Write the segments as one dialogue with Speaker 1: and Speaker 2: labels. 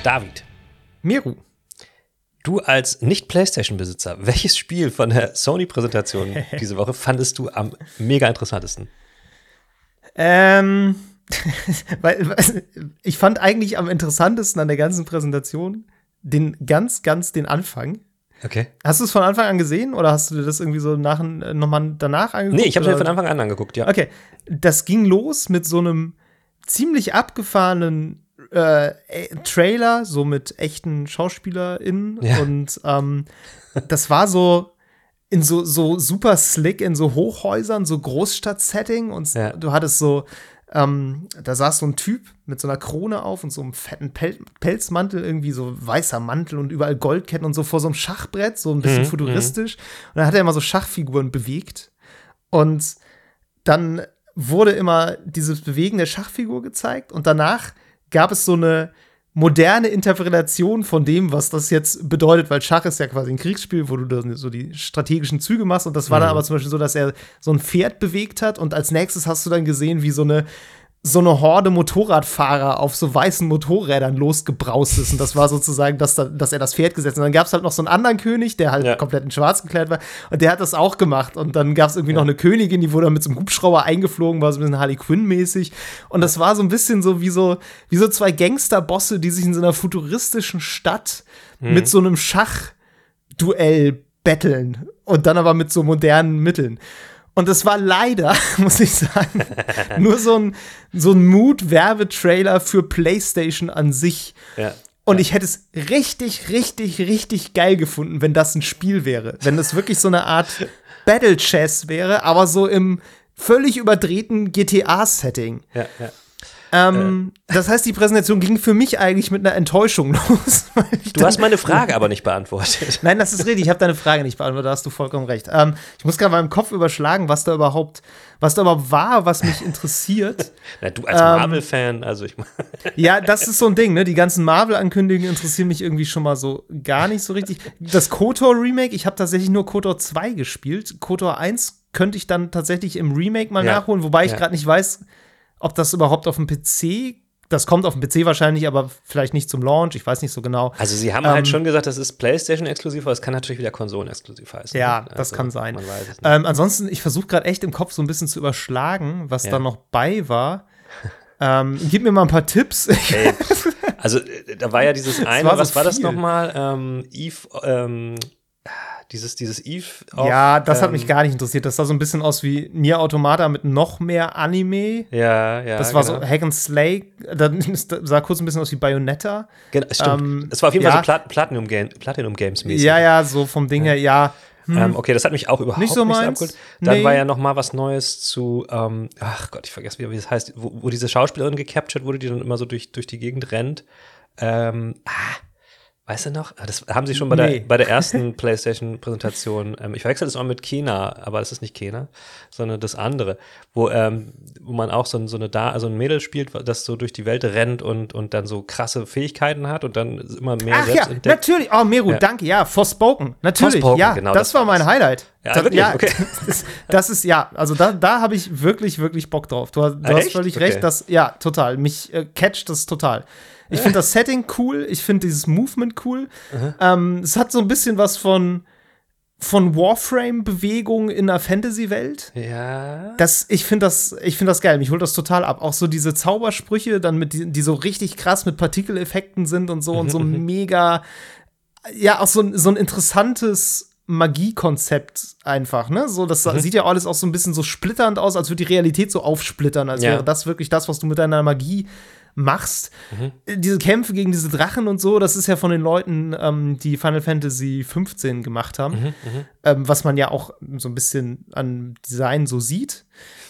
Speaker 1: David,
Speaker 2: Meru.
Speaker 1: du als Nicht-PlayStation-Besitzer, welches Spiel von der Sony-Präsentation diese Woche fandest du am mega interessantesten?
Speaker 2: Ich fand eigentlich am interessantesten an der ganzen Präsentation den Anfang.
Speaker 1: Okay.
Speaker 2: Hast du es von Anfang an gesehen oder hast du dir das irgendwie so nochmal danach angeguckt?
Speaker 1: Nee, ich habe es mir von Anfang an angeguckt, ja.
Speaker 2: Okay, das ging los mit so einem ziemlich abgefahrenen Trailer, so mit echten SchauspielerInnen. Ja. Und das war so in so super slick, in so Hochhäusern, so Großstadt-Setting. Und du hattest so da saß so ein Typ mit so einer Krone auf und so einem fetten Pelzmantel, irgendwie so weißer Mantel und überall Goldketten und so vor so einem Schachbrett, so ein bisschen futuristisch. Und dann hat er immer so Schachfiguren bewegt. Und dann wurde immer dieses Bewegen der Schachfigur gezeigt. Und danach gab es so eine moderne Interpretation von dem, was das jetzt bedeutet, weil Schach ist ja quasi ein Kriegsspiel, wo du dann so die strategischen Züge machst und das war dann aber zum Beispiel so, dass er so ein Pferd bewegt hat und als nächstes hast du dann gesehen, wie so eine Horde Motorradfahrer auf so weißen Motorrädern losgebraust ist und das war sozusagen, dass er das Pferd gesetzt hat. Und dann gab es halt noch so einen anderen König, der halt komplett in schwarz gekleidet war und der hat das auch gemacht und dann gab es irgendwie noch eine Königin, die wurde mit so einem Hubschrauber eingeflogen, war so ein bisschen Harley Quinn-mäßig und das war so ein bisschen so wie so zwei Gangsterbosse, die sich in so einer futuristischen Stadt mit so einem Schachduell betteln und dann aber mit so modernen Mitteln. Und das war leider, muss ich sagen, nur so ein Mood-Werbetrailer für PlayStation an sich. Ja. Und ich hätte es richtig, richtig, richtig geil gefunden, wenn das ein Spiel wäre. Wenn das wirklich so eine Art Battle Chess wäre, aber so im völlig überdrehten GTA-Setting. Ja. Das heißt, die Präsentation ging für mich eigentlich mit einer Enttäuschung los.
Speaker 1: Du hast meine Frage aber nicht beantwortet.
Speaker 2: Nein, das ist richtig. Ich habe deine Frage nicht beantwortet. Da hast du vollkommen recht. Ich muss gerade mal im Kopf überschlagen, was da überhaupt war, was mich interessiert.
Speaker 1: Na, du als Marvel-Fan, also ich meine.
Speaker 2: Ja, das ist so ein Ding, ne? Die ganzen Marvel-Ankündigungen interessieren mich irgendwie schon mal so gar nicht so richtig. Das KOTOR-Remake, ich habe tatsächlich nur KOTOR 2 gespielt. KOTOR 1 könnte ich dann tatsächlich im Remake mal nachholen, wobei ich gerade nicht weiß, ob das überhaupt auf dem PC, das kommt auf dem PC wahrscheinlich, aber vielleicht nicht zum Launch, ich weiß nicht so genau.
Speaker 1: Also sie haben halt schon gesagt, das ist PlayStation-exklusiv, aber es kann natürlich wieder Konsolen-exklusiv heißen.
Speaker 2: Ja, das kann sein. Man weiß es nicht. Ansonsten, ich versuche gerade echt im Kopf so ein bisschen zu überschlagen, was da noch bei war. Gib mir mal ein paar Tipps.
Speaker 1: Hey, also da war ja dieses eine, was war das nochmal? Eve, dieses Eve.
Speaker 2: Ja, das hat mich gar nicht interessiert. Das sah so ein bisschen aus wie Nier Automata mit noch mehr Anime.
Speaker 1: Ja.
Speaker 2: Das war so Hack and Slay. Das sah kurz ein bisschen aus wie Bayonetta.
Speaker 1: Genau, stimmt. Es war auf jeden Fall so Platinum Games mäßig.
Speaker 2: Ja, so vom Ding her, ja.
Speaker 1: Okay, das hat mich auch überhaupt nicht so abgeholt. Dann war ja noch mal was Neues zu, ach Gott, ich vergesse wieder, wie das heißt, wo diese Schauspielerin gecaptured wurde, die dann immer so durch die Gegend rennt. Weißt du noch? Das haben sie schon bei der ersten PlayStation-Präsentation. Ich verwechsel das auch mit Kena, aber es ist nicht Kena, sondern das andere, wo man auch so ein Mädel spielt, das so durch die Welt rennt und dann so krasse Fähigkeiten hat und dann immer mehr selbst entdeckt.
Speaker 2: Natürlich. Oh, Meru, danke. Ja, Forspoken. Natürlich. Forspoken, ja, genau, das war mein Highlight.
Speaker 1: Ja, wirklich? Okay.
Speaker 2: Das ist, also da habe ich wirklich, wirklich Bock drauf. Du hast völlig recht. Total. Mich catcht das total. Ich finde das Setting cool, ich finde dieses Movement cool. Es hat so ein bisschen was von Warframe-Bewegung in einer Fantasy-Welt.
Speaker 1: Ja.
Speaker 2: Ich finde das geil, mich holt das total ab. Auch so diese Zaubersprüche, dann die so richtig krass mit Partikeleffekten sind und so mega, ja, auch so ein interessantes Magiekonzept einfach, ne? So, das sieht ja alles auch so ein bisschen so splitternd aus, als würde die Realität so aufsplittern, als wäre das wirklich das, was du mit deiner Magie machst. Diese Kämpfe gegen diese Drachen und so, das ist ja von den Leuten, die Final Fantasy 15 gemacht haben, was man ja auch so ein bisschen an Design so sieht.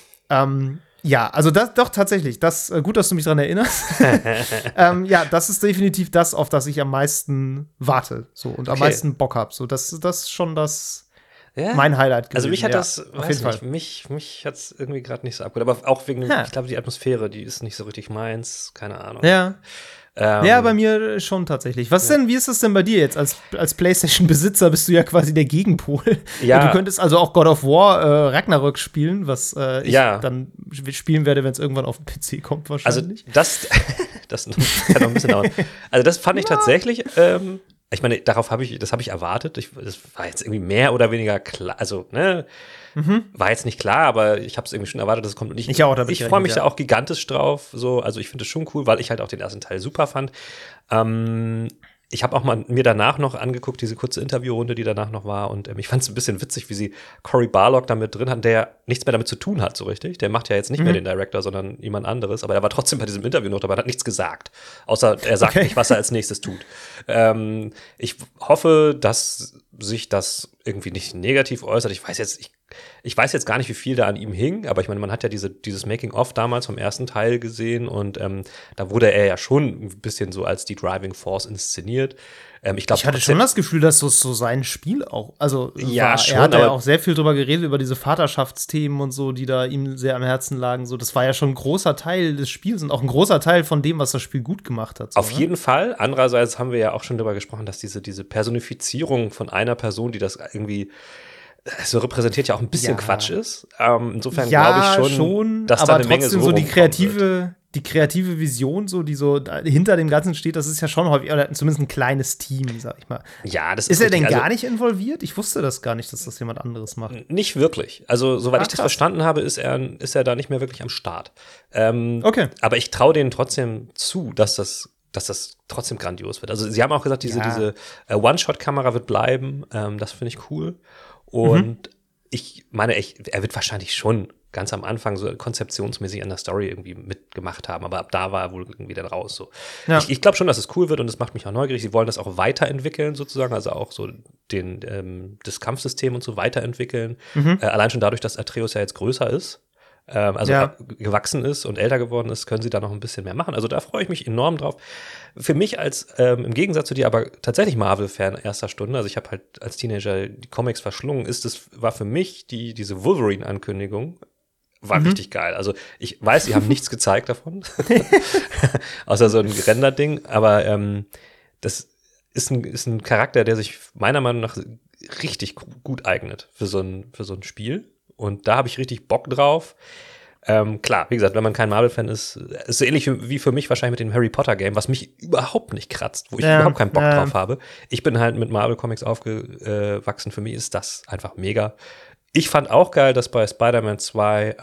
Speaker 2: Ja, also das doch tatsächlich, gut, dass du mich daran erinnerst. Ja, das ist definitiv das, auf das ich am meisten warte, so und am meisten Bock habe. So, das ist schon mein Highlight gewesen.
Speaker 1: Also mich hat das, auf jeden Fall. Mich hat es irgendwie gerade nicht so abgeholt. Aber auch wegen, ich glaube, die Atmosphäre, die ist nicht so richtig meins. Keine Ahnung.
Speaker 2: Ja. Ja, bei mir schon tatsächlich. Wie ist das denn bei dir jetzt? Als PlayStation-Besitzer bist du ja quasi der Gegenpol. Ja. Du könntest also auch God of War Ragnarök das spielen werde, wenn es irgendwann auf den PC kommt wahrscheinlich.
Speaker 1: Also Das kann noch ein bisschen dauern. Also das fand ich tatsächlich, ich meine, das habe ich erwartet. Das war jetzt irgendwie mehr oder weniger klar, also, ne, war jetzt nicht klar, aber ich habe es irgendwie schon erwartet, dass es kommt. Und ich freue mich da auch gigantisch drauf. So, also ich finde es schon cool, weil ich halt auch den ersten Teil super fand. Ich habe auch mal mir danach noch angeguckt, diese kurze Interviewrunde, die danach noch war. Und ich fand es ein bisschen witzig, wie sie Cory Barlog da mit drin hatten, der nichts mehr damit zu tun hat, so richtig. Der macht ja jetzt nicht mehr den Director, sondern jemand anderes. Aber er war trotzdem bei diesem Interview noch dabei, hat nichts gesagt. Außer er sagt nicht, was er als nächstes tut. Ich hoffe, dass sich das irgendwie nicht negativ äußert. Ich weiß jetzt gar nicht, wie viel da an ihm hing, aber ich meine, man hat ja dieses Making-of damals vom ersten Teil gesehen und da wurde er ja schon ein bisschen so als die Driving Force inszeniert. Ich
Speaker 2: hatte schon das Gefühl, dass so sein Spiel auch, also
Speaker 1: ja, schon,
Speaker 2: er hat ja auch sehr viel drüber geredet, über diese Vaterschaftsthemen und so, die da ihm sehr am Herzen lagen. So, das war ja schon ein großer Teil des Spiels und auch ein großer Teil von dem, was das Spiel gut gemacht hat. So,
Speaker 1: auf jeden Fall. Andererseits haben wir ja auch schon darüber gesprochen, dass diese Personifizierung von einer Person, die das irgendwie so repräsentiert, ja auch ein bisschen Quatsch ist. Insofern glaube ich schon, dass da eine Menge so
Speaker 2: die kreative Vision, so, die so hinter dem Ganzen steht, das ist ja schon häufig, oder zumindest ein kleines Team, sag ich mal.
Speaker 1: Ja, das
Speaker 2: ist er denn gar nicht involviert? Ich wusste das gar nicht, dass das jemand anderes macht.
Speaker 1: Nicht wirklich. Also, soweit ich das verstanden habe, ist er da nicht mehr wirklich am Start. Okay. Aber ich traue denen trotzdem zu, dass das trotzdem grandios wird. Also, sie haben auch gesagt, diese One-Shot-Kamera wird bleiben. Das finde ich cool. Und ich meine, er wird wahrscheinlich schon ganz am Anfang so konzeptionsmäßig an der Story irgendwie mitgemacht haben, aber ab da war er wohl irgendwie dann raus. So. Ja. Ich glaube schon, dass es cool wird und das macht mich auch neugierig. Sie wollen das auch weiterentwickeln sozusagen, also auch so das Kampfsystem und so weiterentwickeln. Allein schon dadurch, dass Atreus ja jetzt größer ist, gewachsen ist und älter geworden ist, können sie da noch ein bisschen mehr machen. Also da freue ich mich enorm drauf. Für mich im Gegensatz zu dir, aber tatsächlich Marvel-Fan erster Stunde, also ich habe halt als Teenager die Comics verschlungen, war für mich diese Wolverine-Ankündigung war richtig geil. Also ich weiß, sie haben nichts gezeigt davon, außer so ein Gerender-Ding, aber das ist ein Charakter, der sich meiner Meinung nach richtig gut eignet für so ein Spiel. Und da habe ich richtig Bock drauf. Klar, wie gesagt, wenn man kein Marvel-Fan ist so ähnlich wie für mich wahrscheinlich mit dem Harry Potter-Game, was mich überhaupt nicht kratzt, wo ich überhaupt keinen Bock drauf habe. Ich bin halt mit Marvel-Comics aufgewachsen. Für mich ist das einfach mega. Ich fand auch geil, dass bei Spider-Man 2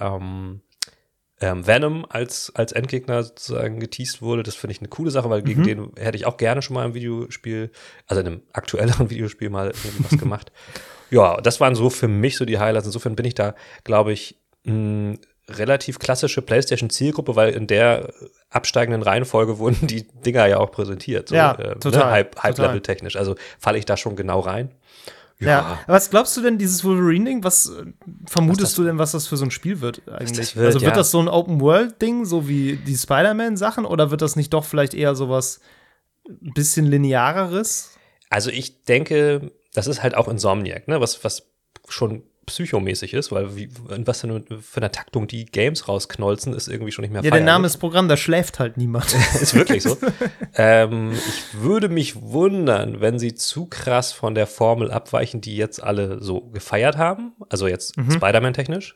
Speaker 1: Venom als Endgegner sozusagen geteased wurde. Das finde ich eine coole Sache, weil gegen den hätte ich auch gerne schon mal im Videospiel, also in einem aktuelleren Videospiel mal was gemacht. Ja, das waren so für mich so die Highlights. Insofern bin ich da, glaube ich, relativ klassische PlayStation-Zielgruppe, weil in der absteigenden Reihenfolge wurden die Dinger ja auch präsentiert. So,
Speaker 2: ja, total.
Speaker 1: Hype-Level-technisch. Also falle ich da schon genau rein.
Speaker 2: Ja. Was glaubst du denn, dieses Wolverine-Ding, was vermutest du denn, was das für so ein Spiel wird eigentlich? Wird das so ein Open-World-Ding, so wie die Spider-Man-Sachen, oder wird das nicht doch vielleicht eher sowas ein bisschen lineareres?
Speaker 1: Also ich denke, das ist halt auch Insomniac, ne? Was schon psychomäßig ist, weil was denn für eine Taktung die Games rausknolzen, ist irgendwie schon nicht mehr feierlich.
Speaker 2: Der Name ist Programm, da schläft halt niemand.
Speaker 1: Ist wirklich so. Ich würde mich wundern, wenn sie zu krass von der Formel abweichen, die jetzt alle so gefeiert haben, also jetzt Spider-Man-technisch.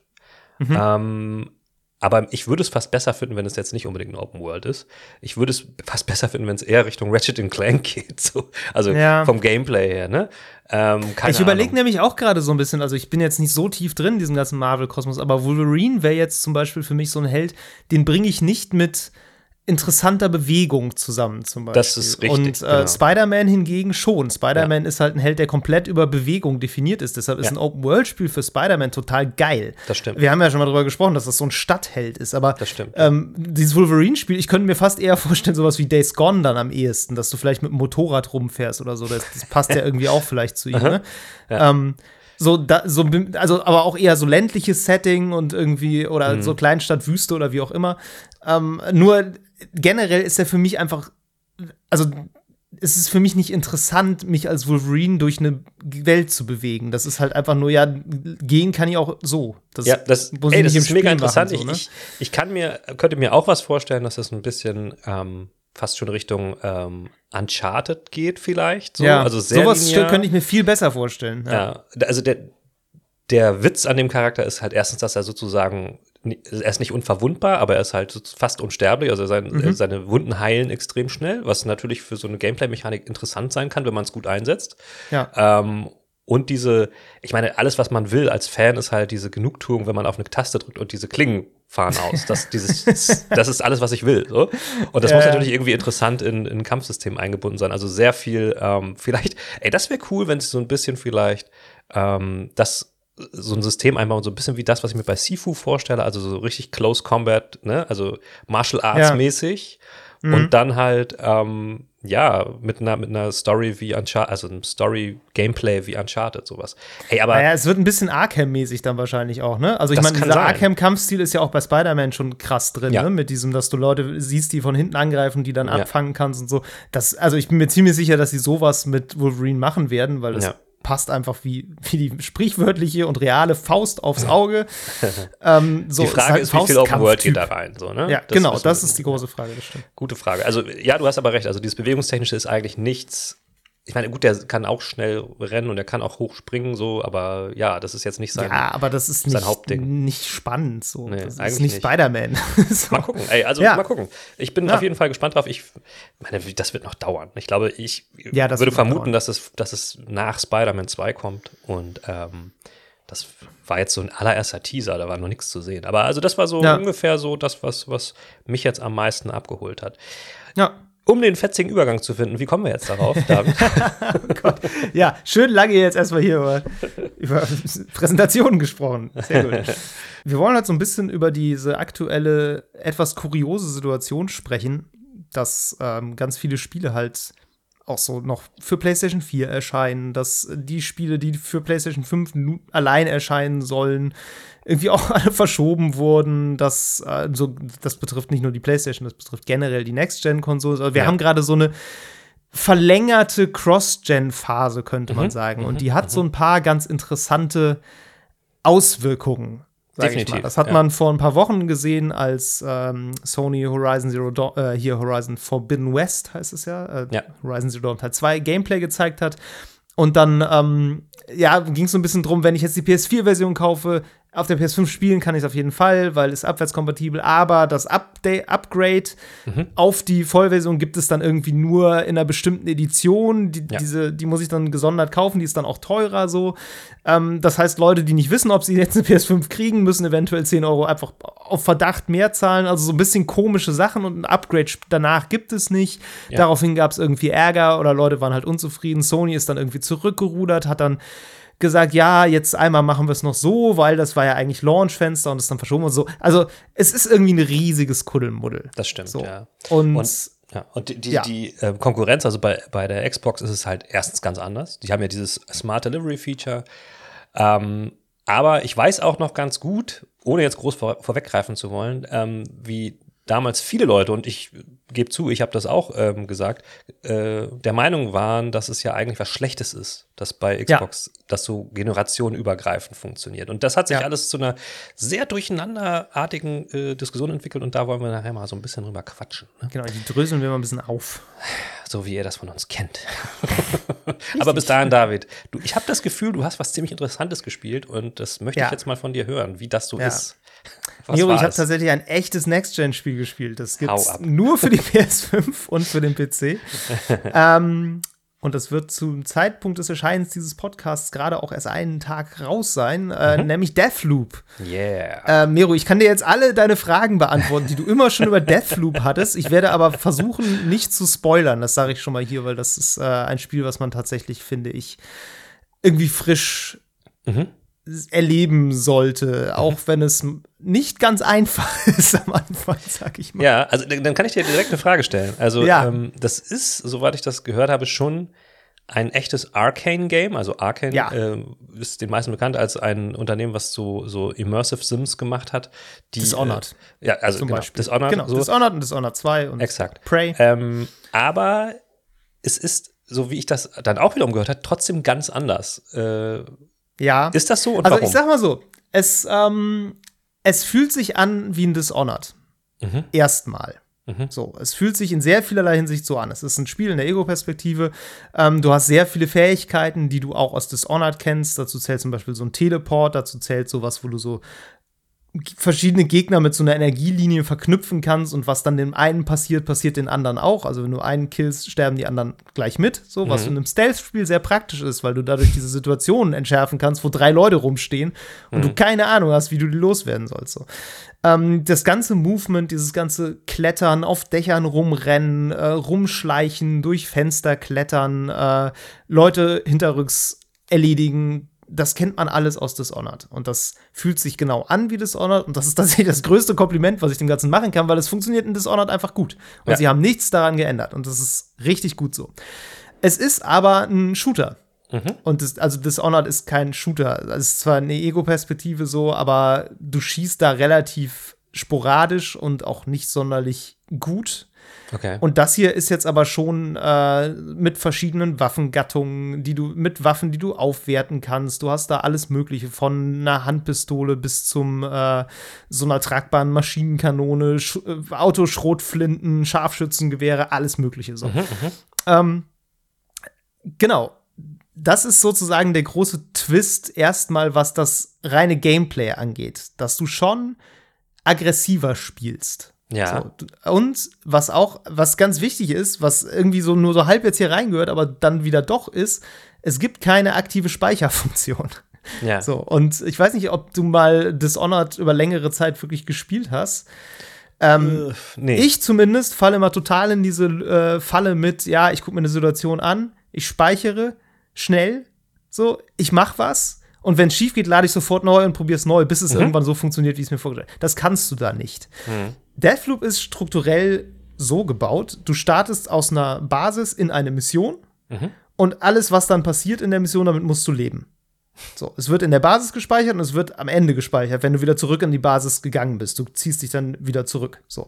Speaker 1: Aber ich würde es fast besser finden, wenn es jetzt nicht unbedingt ein Open World ist. Ich würde es fast besser finden, wenn es eher Richtung Ratchet & Clank geht. So. Also vom Gameplay her, ne?
Speaker 2: Ich überlege nämlich auch gerade so ein bisschen, also ich bin jetzt nicht so tief drin in diesem ganzen Marvel-Kosmos, aber Wolverine wäre jetzt zum Beispiel für mich so ein Held, den bringe ich nicht mit interessanter Bewegung zusammen zum Beispiel.
Speaker 1: Das ist richtig.
Speaker 2: Und Spider-Man hingegen schon. Spider-Man ist halt ein Held, der komplett über Bewegung definiert ist. Deshalb ist ein Open-World-Spiel für Spider-Man total geil.
Speaker 1: Das stimmt.
Speaker 2: Wir haben ja schon mal darüber gesprochen, dass das so ein Stadtheld ist. Aber
Speaker 1: das stimmt.
Speaker 2: Dieses Wolverine-Spiel, ich könnte mir fast eher vorstellen, sowas wie Days Gone dann am ehesten, dass du vielleicht mit dem Motorrad rumfährst oder so. Das passt ja irgendwie auch vielleicht zu ihm. Ne? Ja. Aber auch eher so ländliches Setting und irgendwie, oder so Kleinstadt, Wüste oder wie auch immer. Nur generell ist er für mich einfach, also es ist für mich nicht interessant, mich als Wolverine durch eine Welt zu bewegen. Das ist halt einfach nur, gehen kann ich auch so.
Speaker 1: Das ist mega interessant. Machen, so, ne? Ich könnte mir auch was vorstellen, dass das ein bisschen fast schon Richtung Uncharted geht vielleicht. So.
Speaker 2: Ja,
Speaker 1: also sehr
Speaker 2: sowas könnte ich mir viel besser vorstellen.
Speaker 1: Ja, also der Witz an dem Charakter ist halt erstens, dass er sozusagen er ist nicht unverwundbar, aber er ist halt fast unsterblich. Also seine Wunden heilen extrem schnell, was natürlich für so eine Gameplay-Mechanik interessant sein kann, wenn man es gut einsetzt.
Speaker 2: Ja.
Speaker 1: Und ich meine, alles, was man will als Fan, ist halt diese Genugtuung, wenn man auf eine Taste drückt und diese Klingen fahren aus. Das ist alles, was ich will. So. Und das muss natürlich irgendwie interessant in ein Kampfsystem eingebunden sein. Also sehr viel, vielleicht, das wäre cool, wenn es so ein bisschen vielleicht so ein System einbauen, so ein bisschen wie das, was ich mir bei Sifu vorstelle, also so richtig Close Combat, ne? Also Martial Arts mäßig. Und dann halt, mit einer Story wie Uncharted, also einem Story-Gameplay wie Uncharted, sowas. Aber
Speaker 2: naja, es wird ein bisschen Arkham-mäßig dann wahrscheinlich auch, ne? Also ich meine, dieser Arkham-Kampfstil ist ja auch bei Spider-Man schon krass drin, ne? Mit diesem, dass du Leute siehst, die von hinten angreifen, die dann abfangen kannst und so. Also ich bin mir ziemlich sicher, dass sie sowas mit Wolverine machen werden, weil das passt einfach wie die sprichwörtliche und reale Faust aufs Auge.
Speaker 1: Die Frage ist, wie viel Open World geht da rein? So, ne?
Speaker 2: Ja, genau, das ist die große Frage, das stimmt.
Speaker 1: Gute Frage. Also, ja, du hast aber recht. Also, dieses Bewegungstechnische ist eigentlich nichts. Ich meine, gut, der kann auch schnell rennen und der kann auch hoch springen, so, aber ja, das ist jetzt nicht sein Hauptding.
Speaker 2: Ja, aber das ist nicht spannend, so.
Speaker 1: Nee,
Speaker 2: das ist nicht Spider-Man.
Speaker 1: So. Mal gucken, mal gucken. Ich bin auf jeden Fall gespannt drauf. Ich meine, das wird noch dauern. Ich glaube, ich würde vermuten, dass es nach Spider-Man 2 kommt und das war jetzt so ein allererster Teaser, da war noch nichts zu sehen. Aber also das war so ungefähr so das, was mich jetzt am meisten abgeholt hat.
Speaker 2: Ja.
Speaker 1: Um den fetzigen Übergang zu finden, wie kommen wir jetzt darauf, David?
Speaker 2: Oh Gott. Ja, schön lange jetzt erstmal hier über Präsentationen gesprochen. Sehr gut. Wir wollen halt so ein bisschen über diese aktuelle, etwas kuriose Situation sprechen, dass ganz viele Spiele halt auch so noch für PlayStation 4 erscheinen, dass die Spiele, die für PlayStation 5 allein erscheinen sollen, irgendwie auch alle verschoben wurden. Das betrifft nicht nur die PlayStation, das betrifft generell die Next-Gen-Konsolen. Also wir haben gerade so eine verlängerte Cross-Gen-Phase, könnte man sagen. Und die hat so ein paar ganz interessante Auswirkungen. Definitiv. Das hat man vor ein paar Wochen gesehen, als Sony Horizon Forbidden West heißt es Horizon Zero Dawn Teil 2 Gameplay gezeigt hat. Und dann ging es so ein bisschen drum, wenn ich jetzt die PS4-Version kaufe, auf der PS5 spielen kann ich es auf jeden Fall, weil es abwärtskompatibel, aber das Upgrade auf die Vollversion gibt es dann irgendwie nur in einer bestimmten Edition. Die muss ich dann gesondert kaufen, die ist dann auch teurer so. Das heißt, Leute, die nicht wissen, ob sie jetzt eine PS5 kriegen, müssen eventuell 10 € einfach auf Verdacht mehr zahlen. Also so ein bisschen komische Sachen und ein Upgrade danach gibt es nicht. Ja. Daraufhin gab es irgendwie Ärger oder Leute waren halt unzufrieden. Sony ist dann irgendwie zurückgerudert, hat dann gesagt, ja, jetzt einmal machen wir es noch so, weil das war ja eigentlich Launchfenster und ist dann verschoben und so. Also es ist irgendwie ein riesiges Kuddelmuddel.
Speaker 1: Das stimmt,
Speaker 2: so.
Speaker 1: Ja.
Speaker 2: Und
Speaker 1: die Konkurrenz, also bei der Xbox ist es halt erstens ganz anders. Die haben ja dieses Smart Delivery Feature. Aber ich weiß auch noch ganz gut, ohne jetzt groß vorweggreifen zu wollen, wie damals viele Leute, und ich gebe zu, ich habe das auch gesagt, der Meinung waren, dass es ja eigentlich was Schlechtes ist, dass bei Xbox das so generationenübergreifend funktioniert. Und das hat sich alles zu einer sehr durcheinanderartigen Diskussion entwickelt und da wollen wir nachher mal so ein bisschen drüber quatschen. Ne?
Speaker 2: Genau, die dröseln wir mal ein bisschen auf.
Speaker 1: So wie ihr das von uns kennt. Aber bis dahin, David, ich habe das Gefühl, du hast was ziemlich Interessantes gespielt und das möchte ich jetzt mal von dir hören, wie das so ist.
Speaker 2: Miro, ich habe tatsächlich ein echtes Next-Gen-Spiel gespielt. Das gibt's nur für die PS5 und für den PC. Und das wird zum Zeitpunkt des Erscheinens dieses Podcasts gerade auch erst einen Tag raus sein, nämlich Deathloop.
Speaker 1: Yeah.
Speaker 2: Miro, ich kann dir jetzt alle deine Fragen beantworten, die du immer schon über Deathloop hattest. Ich werde aber versuchen, nicht zu spoilern. Das sage ich schon mal hier, weil das ist ein Spiel, was man tatsächlich, finde ich, irgendwie frisch erleben sollte, auch wenn es nicht ganz einfach ist am Anfang, sag ich mal.
Speaker 1: Ja, also dann kann ich dir direkt eine Frage stellen. Also das ist, soweit ich das gehört habe, schon ein echtes Arcane-Game. Also Arcane ist den meisten bekannt als ein Unternehmen, was so Immersive Sims gemacht hat.
Speaker 2: Dishonored.
Speaker 1: Also
Speaker 2: zum Beispiel.
Speaker 1: Dishonored.
Speaker 2: Genau, so. Dishonored und Dishonored 2 und
Speaker 1: exakt.
Speaker 2: Prey.
Speaker 1: Aber es ist, so wie ich das dann auch wiederum gehört habe, trotzdem ganz anders. Ist das so und
Speaker 2: also
Speaker 1: warum?
Speaker 2: Ich sag mal so, es fühlt sich an wie ein Dishonored. Erstmal. So, es fühlt sich in sehr vielerlei Hinsicht so an. Es ist ein Spiel in der Ego-Perspektive. Du hast sehr viele Fähigkeiten, die du auch aus Dishonored kennst. Dazu zählt zum Beispiel so ein Teleport, dazu zählt sowas, wo du so verschiedene Gegner mit so einer Energielinie verknüpfen kannst und was dann dem einen passiert, passiert den anderen auch. Also wenn du einen killst, sterben die anderen gleich mit. So, was in einem Stealth-Spiel sehr praktisch ist, weil du dadurch diese Situationen entschärfen kannst, wo 3 Leute rumstehen und du keine Ahnung hast, wie du die loswerden sollst. So. Das ganze Movement, dieses ganze Klettern, auf Dächern rumrennen, rumschleichen, durch Fenster klettern, Leute hinterrücks erledigen, das kennt man alles aus Dishonored. Und das fühlt sich genau an wie Dishonored. Und das ist tatsächlich das größte Kompliment, was ich dem Ganzen machen kann, weil es funktioniert in Dishonored einfach gut. Und sie haben nichts daran geändert. Und das ist richtig gut so. Es ist aber ein Shooter. Und Dishonored ist kein Shooter. Es ist zwar eine Ego-Perspektive so, aber du schießt da relativ sporadisch und auch nicht sonderlich gut.
Speaker 1: Okay.
Speaker 2: Und das hier ist jetzt aber schon mit verschiedenen Waffengattungen, mit Waffen, die du aufwerten kannst. Du hast da alles Mögliche, von einer Handpistole bis zum so einer tragbaren Maschinenkanone, Autoschrotflinten, Scharfschützengewehre, alles Mögliche so. Genau. Das ist sozusagen der große Twist erstmal, was das reine Gameplay angeht, dass du schon aggressiver spielst.
Speaker 1: Ja.
Speaker 2: So. Und was ganz wichtig ist, was irgendwie so nur so halb jetzt hier reingehört, aber dann wieder doch ist, es gibt keine aktive Speicherfunktion.
Speaker 1: Ja.
Speaker 2: So, und ich weiß nicht, ob du mal Dishonored über längere Zeit wirklich gespielt hast.
Speaker 1: Nee.
Speaker 2: Ich zumindest falle immer total in diese Falle mit, ja, ich gucke mir eine Situation an, ich speichere schnell, so, ich mach was und wenn es schief geht, lade ich sofort neu und probiere es neu, bis es irgendwann so funktioniert, wie es mir vorgestellt habe. Das kannst du da nicht. Deathloop ist strukturell so gebaut, du startest aus einer Basis in eine Mission und alles, was dann passiert in der Mission, damit musst du leben. So, es wird in der Basis gespeichert und es wird am Ende gespeichert, wenn du wieder zurück in die Basis gegangen bist. Du ziehst dich dann wieder zurück. So.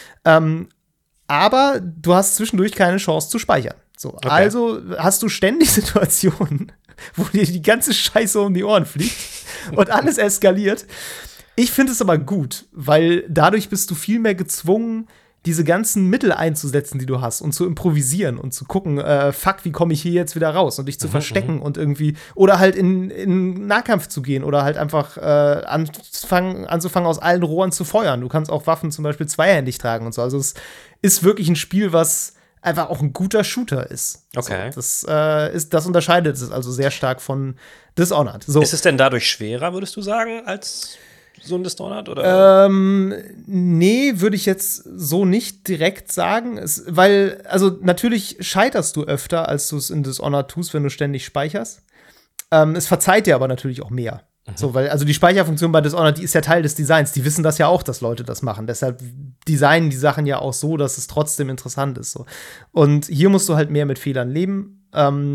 Speaker 2: Aber du hast zwischendurch keine Chance zu speichern. So, okay. Also hast du ständig Situationen, wo dir die ganze Scheiße um die Ohren fliegt und alles eskaliert. Ich finde es aber gut, weil dadurch bist du viel mehr gezwungen, diese ganzen Mittel einzusetzen, die du hast und zu improvisieren und zu gucken, fuck, wie komme ich hier jetzt wieder raus und dich zu verstecken und irgendwie, oder halt in Nahkampf zu gehen oder halt einfach anzufangen, aus allen Rohren zu feuern. Du kannst auch Waffen zum Beispiel zweihändig tragen und so. Also es ist wirklich ein Spiel, was einfach auch ein guter Shooter ist.
Speaker 1: Okay.
Speaker 2: So, das unterscheidet es also sehr stark von Dishonored. So.
Speaker 1: Ist es denn dadurch schwerer, würdest du sagen, als so ein Dishonored, oder?
Speaker 2: Nee, würde ich jetzt so nicht direkt sagen. Weil, also natürlich scheiterst du öfter, als du es in Dishonored tust, wenn du ständig speicherst. Es verzeiht dir aber natürlich auch mehr. So, weil, also die Speicherfunktion bei Dishonored, die ist ja Teil des Designs. Die wissen das ja auch, dass Leute das machen. Deshalb designen die Sachen ja auch so, dass es trotzdem interessant ist. So. Und hier musst du halt mehr mit Fehlern leben.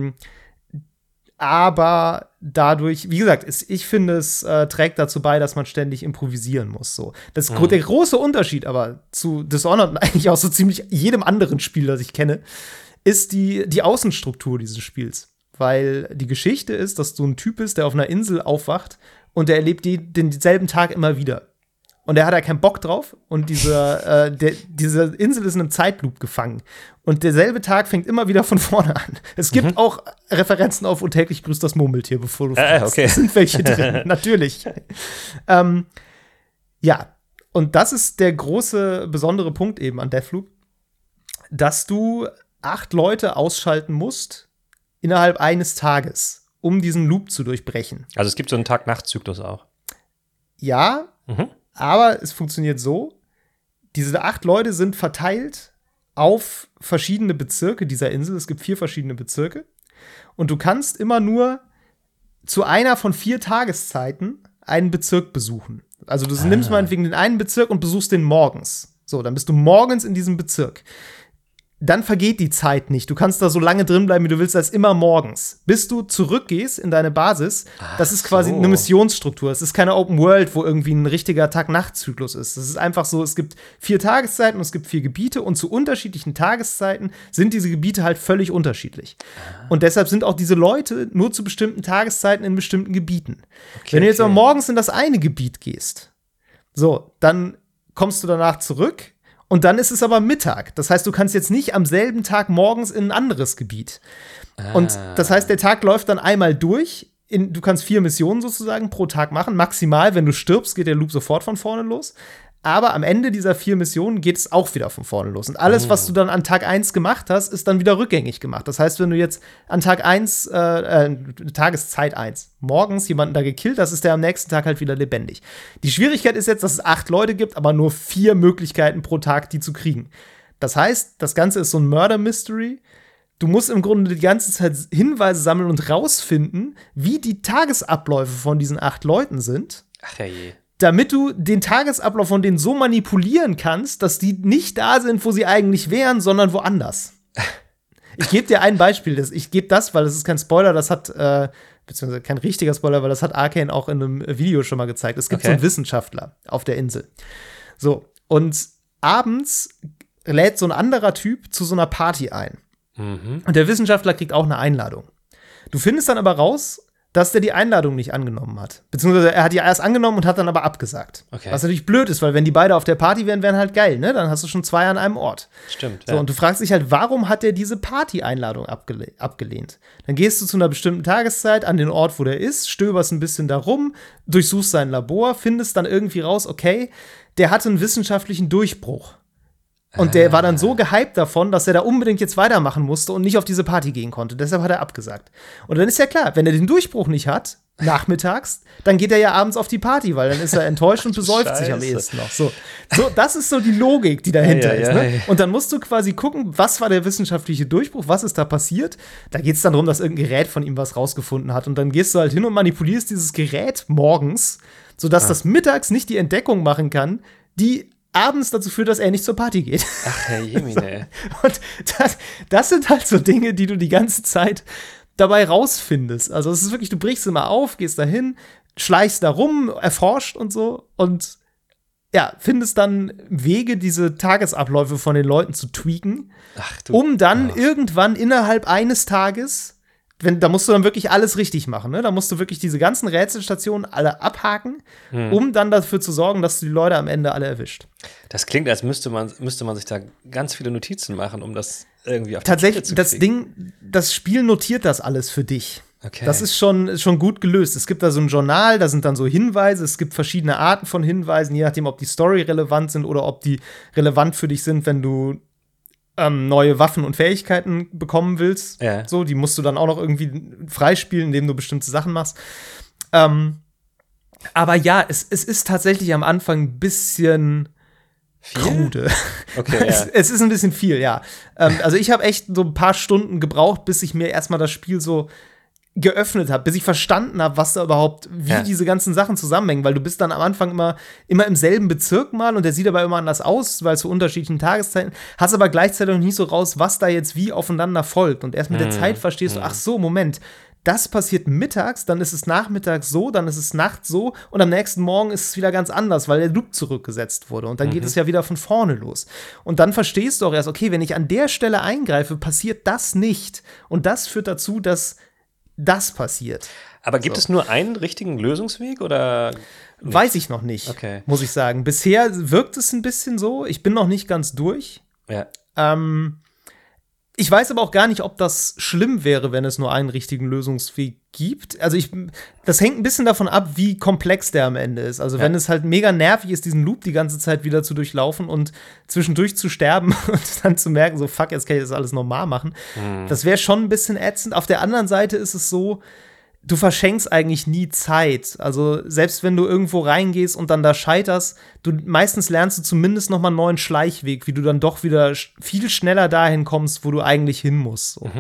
Speaker 2: Aber dadurch, wie gesagt, ich finde, es trägt dazu bei, dass man ständig improvisieren muss. So. Der große Unterschied aber zu Dishonored und eigentlich auch so ziemlich jedem anderen Spiel, das ich kenne, ist die Außenstruktur dieses Spiels. Weil die Geschichte ist, dass du ein Typ bist, der auf einer Insel aufwacht und der erlebt denselben Tag immer wieder. Und der hat da keinen Bock drauf. Und diese Insel ist in einem Zeitloop gefangen. Und derselbe Tag fängt immer wieder von vorne an. Es gibt auch Referenzen auf Und täglich grüßt das Murmeltier, bevor du fragst.
Speaker 1: Okay.
Speaker 2: Es sind welche drin, natürlich. Ja, und das ist der große, besondere Punkt eben an Deathloop, dass du 8 Leute ausschalten musst innerhalb eines Tages, um diesen Loop zu durchbrechen.
Speaker 1: Also es gibt so einen Tag-Nacht-Zyklus auch.
Speaker 2: Ja, aber es funktioniert so, diese 8 Leute sind verteilt auf verschiedene Bezirke dieser Insel. Es gibt 4 verschiedene Bezirke. Und du kannst immer nur zu einer von 4 Tageszeiten einen Bezirk besuchen. Also du nimmst meinetwegen den einen Bezirk und besuchst den morgens. So, dann bist du morgens in diesem Bezirk. Dann vergeht die Zeit nicht. Du kannst da so lange drin bleiben, wie du willst, als immer morgens. Bis du zurückgehst in deine Basis, das ist quasi eine Missionsstruktur. Es ist keine Open World, wo irgendwie ein richtiger Tag-Nacht-Zyklus ist. Es ist einfach so, es gibt 4 Tageszeiten und es gibt 4 Gebiete und zu unterschiedlichen Tageszeiten sind diese Gebiete halt völlig unterschiedlich. Und deshalb sind auch diese Leute nur zu bestimmten Tageszeiten in bestimmten Gebieten. Wenn du jetzt aber morgens in das eine Gebiet gehst, so, dann kommst du danach zurück. Und dann ist es aber Mittag. Das heißt, du kannst jetzt nicht am selben Tag morgens in ein anderes Gebiet. Und das heißt, der Tag läuft dann einmal durch du kannst 4 Missionen sozusagen pro Tag machen. Maximal, wenn du stirbst, geht der Loop sofort von vorne los. Aber am Ende dieser 4 Missionen geht es auch wieder von vorne los. Und alles, was du dann an Tag 1 gemacht hast, ist dann wieder rückgängig gemacht. Das heißt, wenn du jetzt an Tag 1, Tageszeit 1, morgens jemanden da gekillt hast, ist der am nächsten Tag halt wieder lebendig. Die Schwierigkeit ist jetzt, dass es 8 Leute gibt, aber nur 4 Möglichkeiten pro Tag, die zu kriegen. Das heißt, das Ganze ist so ein Murder-Mystery. Du musst im Grunde die ganze Zeit Hinweise sammeln und rausfinden, wie die Tagesabläufe von diesen 8 Leuten sind.
Speaker 1: Ach ja je.
Speaker 2: Damit du den Tagesablauf von denen so manipulieren kannst, dass die nicht da sind, wo sie eigentlich wären, sondern woanders. Ich gebe dir ein Beispiel. Ich gebe das, weil das ist kein Spoiler, das hat, beziehungsweise kein richtiger Spoiler, weil das hat Arcane auch in einem Video schon mal gezeigt. Es gibt so einen Wissenschaftler auf der Insel. So, und abends lädt so ein anderer Typ zu so einer Party ein. Mhm. Und der Wissenschaftler kriegt auch eine Einladung. Du findest dann aber raus, dass der die Einladung nicht angenommen hat. Beziehungsweise er hat die erst angenommen und hat dann aber abgesagt. Okay. Was natürlich blöd ist, weil wenn die beide auf der Party wären halt geil, ne? Dann hast du schon 2 an einem Ort.
Speaker 1: Stimmt,
Speaker 2: so, ja. Und du fragst dich halt, warum hat der diese Party-Einladung abgelehnt? Dann gehst du zu einer bestimmten Tageszeit an den Ort, wo der ist, stöberst ein bisschen da rum, durchsuchst sein Labor, findest dann irgendwie raus, okay, der hatte einen wissenschaftlichen Durchbruch. Und der war dann so gehypt davon, dass er da unbedingt jetzt weitermachen musste und nicht auf diese Party gehen konnte. Deshalb hat er abgesagt. Und dann ist ja klar, wenn er den Durchbruch nicht hat, nachmittags, dann geht er ja abends auf die Party, weil dann ist er enttäuscht und besäuft sich am ehesten noch. So, das ist so die Logik, die dahinter ist. Ne? Und dann musst du quasi gucken, was war der wissenschaftliche Durchbruch, was ist da passiert. Da geht es dann darum, dass irgendein Gerät von ihm was rausgefunden hat. Und dann gehst du halt hin und manipulierst dieses Gerät morgens, sodass das mittags nicht die Entdeckung machen kann, die abends dazu führt, dass er nicht zur Party geht.
Speaker 1: Ach, Herr Jemine.
Speaker 2: Und das sind halt so Dinge, die du die ganze Zeit dabei rausfindest. Also es ist wirklich, du brichst immer auf, gehst da hin, schleichst da rum, erforscht und so und ja, findest dann Wege, diese Tagesabläufe von den Leuten zu tweaken, um dann irgendwann innerhalb eines Tages, da musst du dann wirklich alles richtig machen, ne? Da musst du wirklich diese ganzen Rätselstationen alle abhaken, um dann dafür zu sorgen, dass du die Leute am Ende alle erwischt.
Speaker 1: Das klingt, als müsste man sich da ganz viele Notizen machen, um das irgendwie auf die
Speaker 2: Tatsächlich, zu kriegen. Das Spiel notiert das alles für dich.
Speaker 1: Okay.
Speaker 2: Das ist schon gut gelöst. Es gibt da so ein Journal, da sind dann so Hinweise, es gibt verschiedene Arten von Hinweisen, je nachdem, ob die Story relevant sind oder ob die relevant für dich sind, wenn du neue Waffen und Fähigkeiten bekommen willst.
Speaker 1: Ja.
Speaker 2: So, die musst du dann auch noch irgendwie freispielen, indem du bestimmte Sachen machst. Aber ja, es ist tatsächlich am Anfang ein bisschen krude.
Speaker 1: Okay, ja.
Speaker 2: Es ist ein bisschen viel, ja. Also ich habe echt so ein paar Stunden gebraucht, bis ich mir erstmal das Spiel so geöffnet habe, bis ich verstanden habe, was da überhaupt, wie diese ganzen Sachen zusammenhängen, weil du bist dann am Anfang immer im selben Bezirk mal und der sieht aber immer anders aus, weil zu unterschiedlichen Tageszeiten, hast aber gleichzeitig noch nicht so raus, was da jetzt wie aufeinander folgt und erst mit der Zeit verstehst du, ach so, Moment, das passiert mittags, dann ist es nachmittags so, dann ist es nachts so und am nächsten Morgen ist es wieder ganz anders, weil der Loop zurückgesetzt wurde und dann geht es ja wieder von vorne los. Und dann verstehst du auch erst, okay, wenn ich an der Stelle eingreife, passiert das nicht und das führt dazu, dass das passiert.
Speaker 1: Aber gibt es nur einen richtigen Lösungsweg oder? Nicht?
Speaker 2: Weiß ich noch nicht, muss ich sagen. Bisher wirkt es ein bisschen so. Ich bin noch nicht ganz durch.
Speaker 1: Ja.
Speaker 2: Ich weiß aber auch gar nicht, ob das schlimm wäre, wenn es nur einen richtigen Lösungsweg gibt. Also das hängt ein bisschen davon ab, wie komplex der am Ende ist. Also wenn es halt mega nervig ist, diesen Loop die ganze Zeit wieder zu durchlaufen und zwischendurch zu sterben und dann zu merken, so fuck, jetzt kann ich das alles normal machen. Das wäre schon ein bisschen ätzend. Auf der anderen Seite ist es so, du verschenkst eigentlich nie Zeit. Also selbst wenn du irgendwo reingehst und dann da scheiterst, meistens lernst du zumindest noch mal einen neuen Schleichweg, wie du dann doch wieder viel schneller dahin kommst, wo du eigentlich hin musst. So.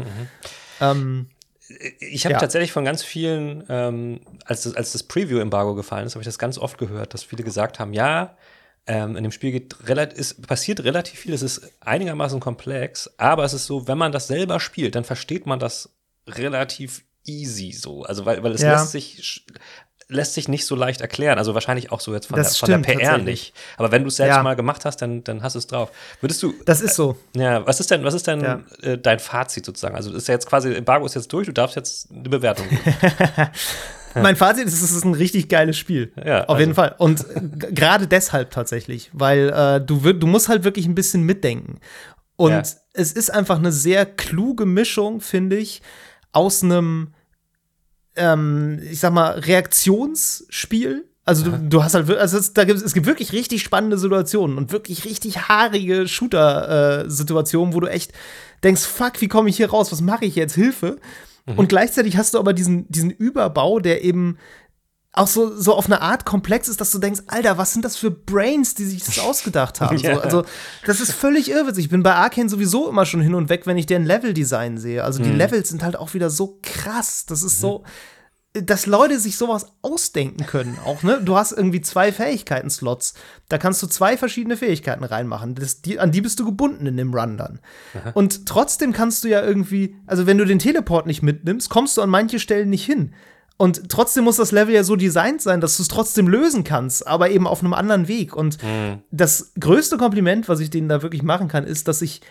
Speaker 1: Ich habe tatsächlich von ganz vielen, als das Preview-Embargo gefallen ist, habe ich das ganz oft gehört, dass viele gesagt haben, in dem Spiel passiert relativ viel, es ist einigermaßen komplex, aber es ist so, wenn man das selber spielt, dann versteht man das relativ easy so. Also weil es lässt sich nicht so leicht erklären. Also wahrscheinlich auch so jetzt von der PR nicht. Aber wenn du es selbst mal gemacht hast, dann hast du es drauf. Würdest du.
Speaker 2: Das ist so.
Speaker 1: Ja, was ist denn dein Fazit sozusagen? Also ist ja jetzt quasi, Embargo ist jetzt durch, du darfst jetzt eine Bewertung geben.
Speaker 2: Mein Fazit ist, es ist ein richtig geiles Spiel. Ja, auf jeden Fall. Und gerade deshalb tatsächlich, weil du musst halt wirklich ein bisschen mitdenken. Und es ist einfach eine sehr kluge Mischung, finde ich, aus einem ich sag mal, Reaktionsspiel. Also du hast halt, es gibt wirklich richtig spannende Situationen und wirklich richtig haarige Shooter-Situationen, wo du echt denkst, fuck, wie komme ich hier raus? Was mache ich jetzt? Hilfe. Und gleichzeitig hast du aber diesen Überbau, der eben auch so auf eine Art komplex ist, dass du denkst, Alter, was sind das für Brains, die sich das ausgedacht haben?
Speaker 1: Ja.
Speaker 2: So, also, das ist völlig irrwitzig. Ich bin bei Arcane sowieso immer schon hin und weg, wenn ich deren Level-Design sehe. Also, die Levels sind halt auch wieder so krass. Das ist so, dass Leute sich sowas ausdenken können auch, ne? Du hast irgendwie 2 Fähigkeiten-Slots. Da kannst du 2 verschiedene Fähigkeiten reinmachen. An die bist du gebunden in dem Run dann. Aha. Und trotzdem kannst du ja irgendwie, also wenn du den Teleport nicht mitnimmst, kommst du an manche Stellen nicht hin. Und trotzdem muss das Level ja so designt sein, dass du es trotzdem lösen kannst, aber eben auf einem anderen Weg. Und das größte Kompliment, was ich denen da wirklich machen kann, ist, dass ich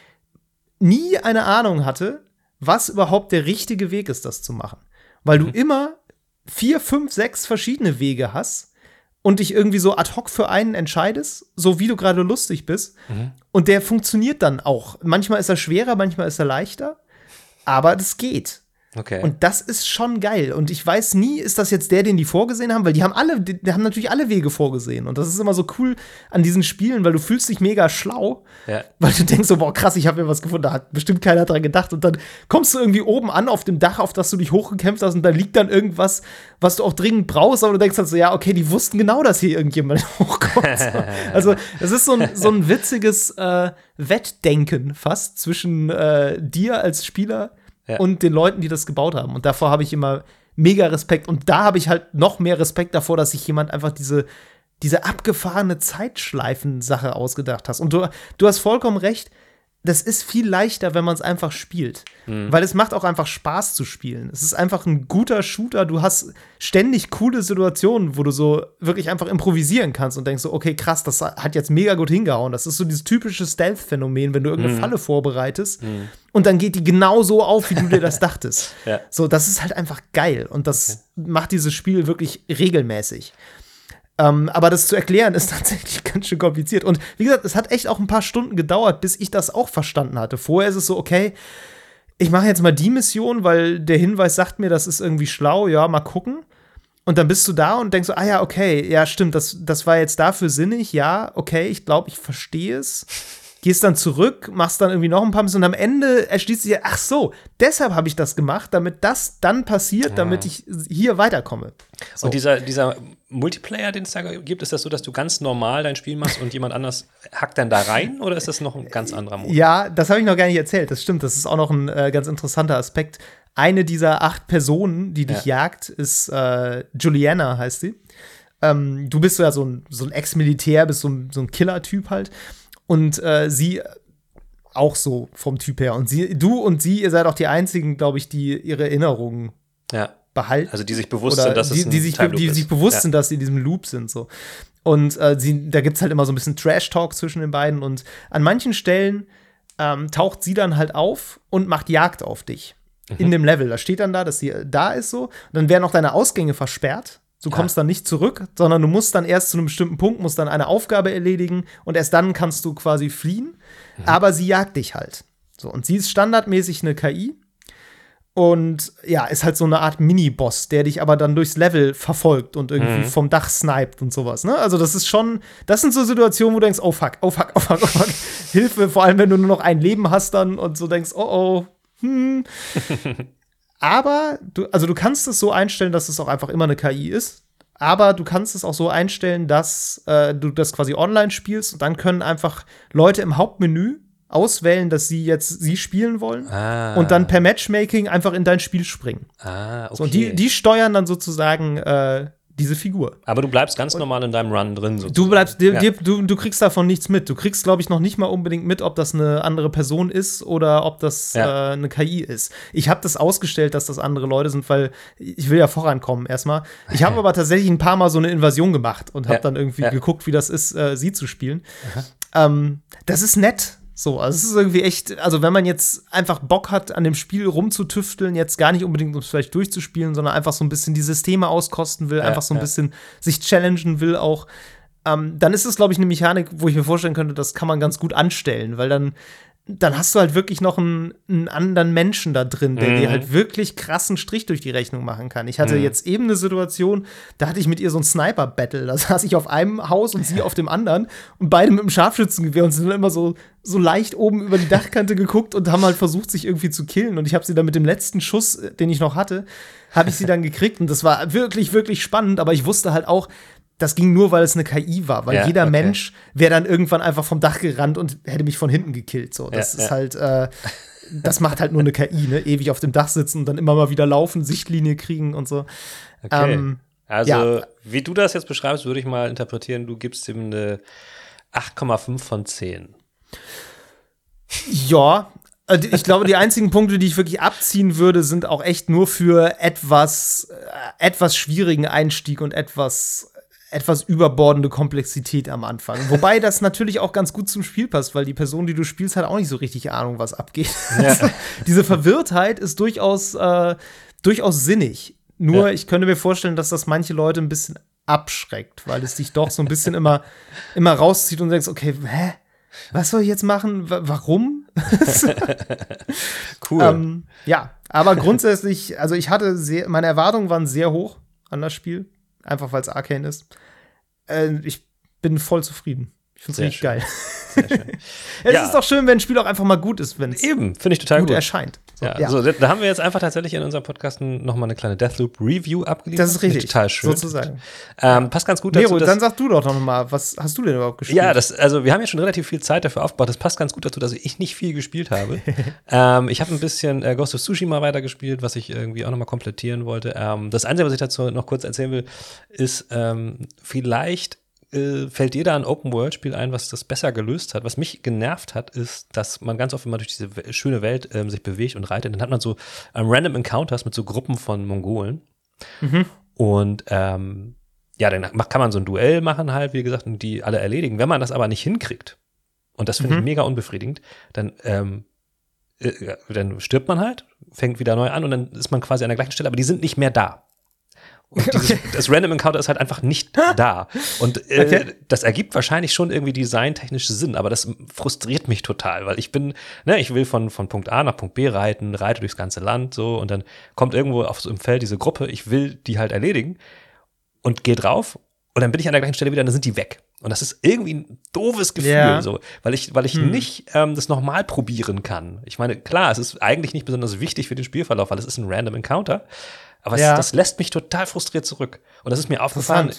Speaker 2: nie eine Ahnung hatte, was überhaupt der richtige Weg ist, das zu machen. Weil du immer 4, 5, 6 verschiedene Wege hast und dich irgendwie so ad hoc für einen entscheidest, so wie du gerade lustig bist. Und der funktioniert dann auch. Manchmal ist er schwerer, manchmal ist er leichter, aber das geht.
Speaker 1: Okay.
Speaker 2: Und das ist schon geil. Und ich weiß nie, ist das jetzt der, den die vorgesehen haben? Weil die haben natürlich alle Wege vorgesehen. Und das ist immer so cool an diesen Spielen, weil du fühlst dich mega schlau. Ja. Weil du denkst so, boah, krass, ich habe mir was gefunden. Da hat bestimmt keiner dran gedacht. Und dann kommst du irgendwie oben an auf dem Dach, auf das du dich hochgekämpft hast. Und da liegt dann irgendwas, was du auch dringend brauchst. Aber du denkst halt so, ja, okay, die wussten genau, dass hier irgendjemand hochkommt. Also, es ist so ein witziges Wettdenken fast zwischen dir als Spieler und den Leuten, die das gebaut haben. Und davor habe ich immer mega Respekt. Und da habe ich halt noch mehr Respekt davor, dass sich jemand einfach diese abgefahrene Zeitschleifen-Sache ausgedacht hat. Und du hast vollkommen recht, das ist viel leichter, wenn man es einfach spielt. Weil es macht auch einfach Spaß zu spielen. Es ist einfach ein guter Shooter. Du hast ständig coole Situationen, wo du so wirklich einfach improvisieren kannst und denkst so, okay, krass, das hat jetzt mega gut hingehauen. Das ist so dieses typische Stealth-Phänomen, wenn du irgendeine Falle vorbereitest und dann geht die genau so auf, wie du dir das dachtest. Ja. So, das ist halt einfach geil. Und das macht dieses Spiel wirklich regelmäßig. Aber das zu erklären ist tatsächlich ganz schön kompliziert. Und wie gesagt, es hat echt auch ein paar Stunden gedauert, bis ich das auch verstanden hatte. Vorher ist es so, okay, ich mache jetzt mal die Mission, weil der Hinweis sagt mir, das ist irgendwie schlau, ja, mal gucken. Und dann bist du da und denkst so, ah ja, okay, ja, stimmt, das war jetzt dafür sinnig, ja, okay, ich glaube, ich verstehe es. Gehst dann zurück, machst dann irgendwie noch ein paar Missionen und am Ende erschließt sich, ach so, deshalb habe ich das gemacht, damit das dann passiert, damit ich hier weiterkomme. So.
Speaker 1: Und dieser Multiplayer, den es da gibt, ist das so, dass du ganz normal dein Spiel machst und jemand anders hackt dann da rein oder ist das noch ein ganz anderer Modus? Ja,
Speaker 2: das habe ich noch gar nicht erzählt, das stimmt, das ist auch noch ein ganz interessanter Aspekt. Eine dieser 8 Personen, die dich jagt, ist Juliana, heißt sie. Du bist ja so ein Ex-Militär, bist so ein Killer-Typ halt. Und sie auch so vom Typ her. Und du und sie, ihr seid auch die einzigen, glaube ich, die ihre Erinnerungen behalten.
Speaker 1: Also die sich bewusst sind, dass es ein
Speaker 2: Time-Loop ist. Die sich bewusst sind, dass sie in diesem Loop sind. So. Und da gibt es halt immer so ein bisschen Trash-Talk zwischen den beiden. Und an manchen Stellen taucht sie dann halt auf und macht Jagd auf dich. In dem Level. Da steht dann da, dass sie da ist so. Und dann werden auch deine Ausgänge versperrt. Du kommst dann nicht zurück, sondern du musst dann erst zu einem bestimmten Punkt, musst dann eine Aufgabe erledigen und erst dann kannst du quasi fliehen. Aber sie jagt dich halt. So, und sie ist standardmäßig eine KI und ja, ist halt so eine Art Mini-Boss, der dich aber dann durchs Level verfolgt und irgendwie vom Dach sniped und sowas. Ne? Also das sind so Situationen, wo du denkst, oh fuck, Hilfe, vor allem wenn du nur noch ein Leben hast dann und so denkst, Aber du kannst es so einstellen, dass es auch einfach immer eine KI ist. Aber du kannst es auch so einstellen, dass du das quasi online spielst. Und dann können einfach Leute im Hauptmenü auswählen, dass sie spielen wollen. Und dann per Matchmaking einfach in dein Spiel springen.
Speaker 1: Okay.
Speaker 2: So, und die steuern dann sozusagen diese Figur.
Speaker 1: Aber du bleibst ganz normal in deinem Run drin. Sozusagen.
Speaker 2: Du kriegst davon nichts mit. Du kriegst, glaube ich, noch nicht mal unbedingt mit, ob das eine andere Person ist oder ob das eine KI ist. Ich habe das ausgestellt, dass das andere Leute sind, weil ich will ja vorankommen erstmal. Ich habe aber tatsächlich ein paar Mal so eine Invasion gemacht und habe dann irgendwie geguckt, wie das ist, sie zu spielen. Das ist nett. So, also es ist irgendwie echt, also wenn man jetzt einfach Bock hat, an dem Spiel rumzutüfteln, jetzt gar nicht unbedingt, um es vielleicht durchzuspielen, sondern einfach so ein bisschen die Systeme auskosten will, einfach so ein bisschen sich challengen will auch, dann ist es, glaube ich, eine Mechanik, wo ich mir vorstellen könnte, das kann man ganz gut anstellen, weil dann dann hast du halt wirklich noch einen anderen Menschen da drin, der dir halt wirklich krassen Strich durch die Rechnung machen kann. Ich hatte jetzt eben eine Situation, da hatte ich mit ihr so ein Sniper-Battle. Da saß ich auf einem Haus und sie auf dem anderen und beide mit dem Scharfschützengewehr und sind dann immer so leicht oben über die Dachkante geguckt und haben halt versucht, sich irgendwie zu killen. Und ich habe sie dann mit dem letzten Schuss, den ich noch hatte, habe ich sie dann gekriegt. Und das war wirklich, wirklich spannend. Aber ich wusste halt auch, das ging nur, weil es eine KI war, weil jeder Mensch wäre dann irgendwann einfach vom Dach gerannt und hätte mich von hinten gekillt. So, das ist halt, das macht halt nur eine KI, ne? Ewig auf dem Dach sitzen und dann immer mal wieder laufen, Sichtlinie kriegen und so.
Speaker 1: Okay. Wie du das jetzt beschreibst, würde ich mal interpretieren, du gibst ihm eine 8,5 von 10.
Speaker 2: Ja, ich glaube, die einzigen Punkte, die ich wirklich abziehen würde, sind auch echt nur für etwas schwierigen Einstieg und etwas überbordende Komplexität am Anfang. Wobei das natürlich auch ganz gut zum Spiel passt, weil die Person, die du spielst, hat auch nicht so richtig Ahnung, was abgeht. Ja. Diese Verwirrtheit ist durchaus sinnig. Nur, ich könnte mir vorstellen, dass das manche Leute ein bisschen abschreckt, weil es dich doch so ein bisschen immer rauszieht und denkst, okay, was soll ich jetzt machen? Warum?
Speaker 1: Cool.
Speaker 2: Ja, aber grundsätzlich, also meine Erwartungen waren sehr hoch an das Spiel. Einfach weil es Arcane ist. Ich bin voll zufrieden. Ich finde es richtig geil.
Speaker 1: Sehr schön.
Speaker 2: Es ist doch schön, wenn ein Spiel auch einfach mal gut ist, wenn es
Speaker 1: finde ich total gut
Speaker 2: erscheint. So,
Speaker 1: Also, da haben wir jetzt einfach tatsächlich in unserem Podcast noch mal eine kleine Deathloop-Review abgeliefert.
Speaker 2: Das ist richtig.
Speaker 1: Total schön.
Speaker 2: Sozusagen.
Speaker 1: Passt ganz gut dazu.
Speaker 2: Nero, dann sag du doch noch mal, was hast du denn überhaupt gespielt?
Speaker 1: Ja, also wir haben ja schon relativ viel Zeit dafür aufgebaut. Das passt ganz gut dazu, dass ich nicht viel gespielt habe. Ich habe ein bisschen Ghost of Tsushima weitergespielt, was ich irgendwie auch noch mal komplettieren wollte. Das Einzige, was ich dazu noch kurz erzählen will, ist vielleicht fällt dir da ein Open-World-Spiel ein, was das besser gelöst hat. Was mich genervt hat, ist, dass man ganz oft immer durch diese schöne Welt sich bewegt und reitet. Dann hat man so Random Encounters mit so Gruppen von Mongolen. Und dann kann man so ein Duell machen halt, wie gesagt, und die alle erledigen. Wenn man das aber nicht hinkriegt, und das finde ich mega unbefriedigend, dann stirbt man halt, fängt wieder neu an und dann ist man quasi an der gleichen Stelle, aber die sind nicht mehr da. Und das Random Encounter ist halt einfach nicht da. Und das ergibt wahrscheinlich schon irgendwie designtechnisch Sinn, aber das frustriert mich total, weil ich will von Punkt A nach Punkt B reite durchs ganze Land so und dann kommt irgendwo auf so im Feld diese Gruppe, ich will die halt erledigen und gehe drauf und dann bin ich an der gleichen Stelle wieder und dann sind die weg. Und das ist irgendwie ein doofes Gefühl, so, weil ich nicht das nochmal probieren kann. Ich meine, klar, es ist eigentlich nicht besonders wichtig für den Spielverlauf, weil es ist ein Random Encounter. Aber das lässt mich total frustriert zurück. Und das ist mir aufgefallen,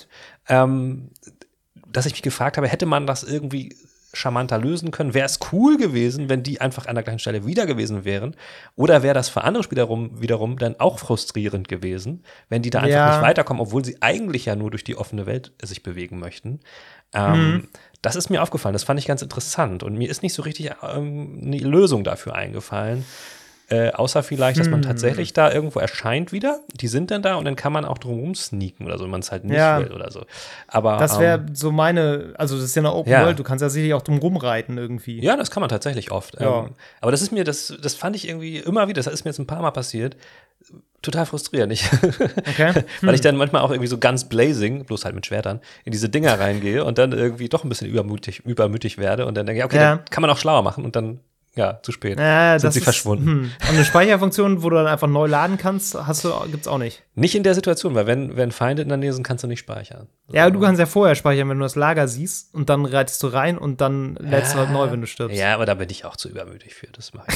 Speaker 1: dass ich mich gefragt habe, hätte man das irgendwie charmanter lösen können? Wäre es cool gewesen, wenn die einfach an der gleichen Stelle wieder gewesen wären? Oder wäre das für andere Spieler wiederum dann auch frustrierend gewesen, wenn die da einfach nicht weiterkommen, obwohl sie eigentlich ja nur durch die offene Welt sich bewegen möchten? Das ist mir aufgefallen. Das fand ich ganz interessant. Und mir ist nicht so richtig eine Lösung dafür eingefallen. Außer vielleicht, dass man tatsächlich da irgendwo erscheint wieder. Die sind dann da und dann kann man auch drumherum sneaken oder so, wenn man es halt nicht will oder so. Aber
Speaker 2: das wäre so also das ist ja eine Open World, du kannst ja sicherlich auch drumherum reiten irgendwie.
Speaker 1: Ja, das kann man tatsächlich oft. Aber das fand ich irgendwie immer wieder, das ist mir jetzt ein paar Mal passiert, total frustrierend. Weil ich dann manchmal auch irgendwie so ganz blazing, bloß halt mit Schwertern, in diese Dinger reingehe und dann irgendwie doch ein bisschen übermütig werde und dann denke ich, dann kann man auch schlauer machen und dann zu spät. Sind sie verschwunden.
Speaker 2: Und eine Speicherfunktion, wo du dann einfach neu laden kannst, gibt's auch nicht.
Speaker 1: Nicht in der Situation, weil wenn Feinde in der Nähe sind, kannst du nicht speichern.
Speaker 2: Ja, du kannst ja vorher speichern, wenn du das Lager siehst und dann reitest du rein und dann lädst du halt neu, wenn du stirbst.
Speaker 1: Ja, aber da bin ich auch zu übermütig für, das mache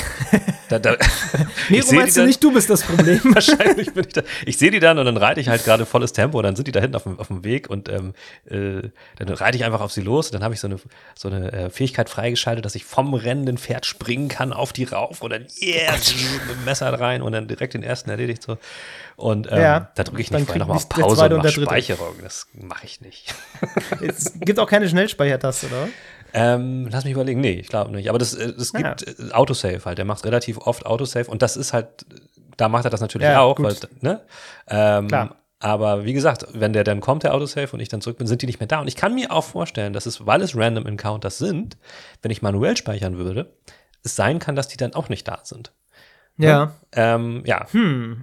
Speaker 1: ich.
Speaker 2: Nero, meinst du nicht, du bist das Problem?
Speaker 1: Wahrscheinlich bin ich da. Ich sehe die dann und dann reite ich halt gerade volles Tempo und dann sind die da hinten auf dem Weg und dann reite ich einfach auf sie los und dann habe ich so eine Fähigkeit freigeschaltet, dass ich vom rennenden Pferd springen kann auf die rauf und dann mit dem Messer rein und dann direkt den ersten erledigt so. Und da drücke ich nicht vorher nochmal auf Pause und mache Speicherung. Das mache ich nicht.
Speaker 2: Es gibt auch keine Schnellspeichertaste, oder?
Speaker 1: Lass mich überlegen. Nee, ich glaube nicht. Aber es gibt Autosave halt. Der macht relativ oft Autosave und das ist halt, da macht er das natürlich auch. Weil,
Speaker 2: Klar.
Speaker 1: Aber wie gesagt, wenn der dann kommt, der Autosave, und ich dann zurück bin, sind die nicht mehr da. Und ich kann mir auch vorstellen, dass weil es Random Encounters sind, wenn ich manuell speichern würde, es sein kann, dass die dann auch nicht da sind.
Speaker 2: Ja.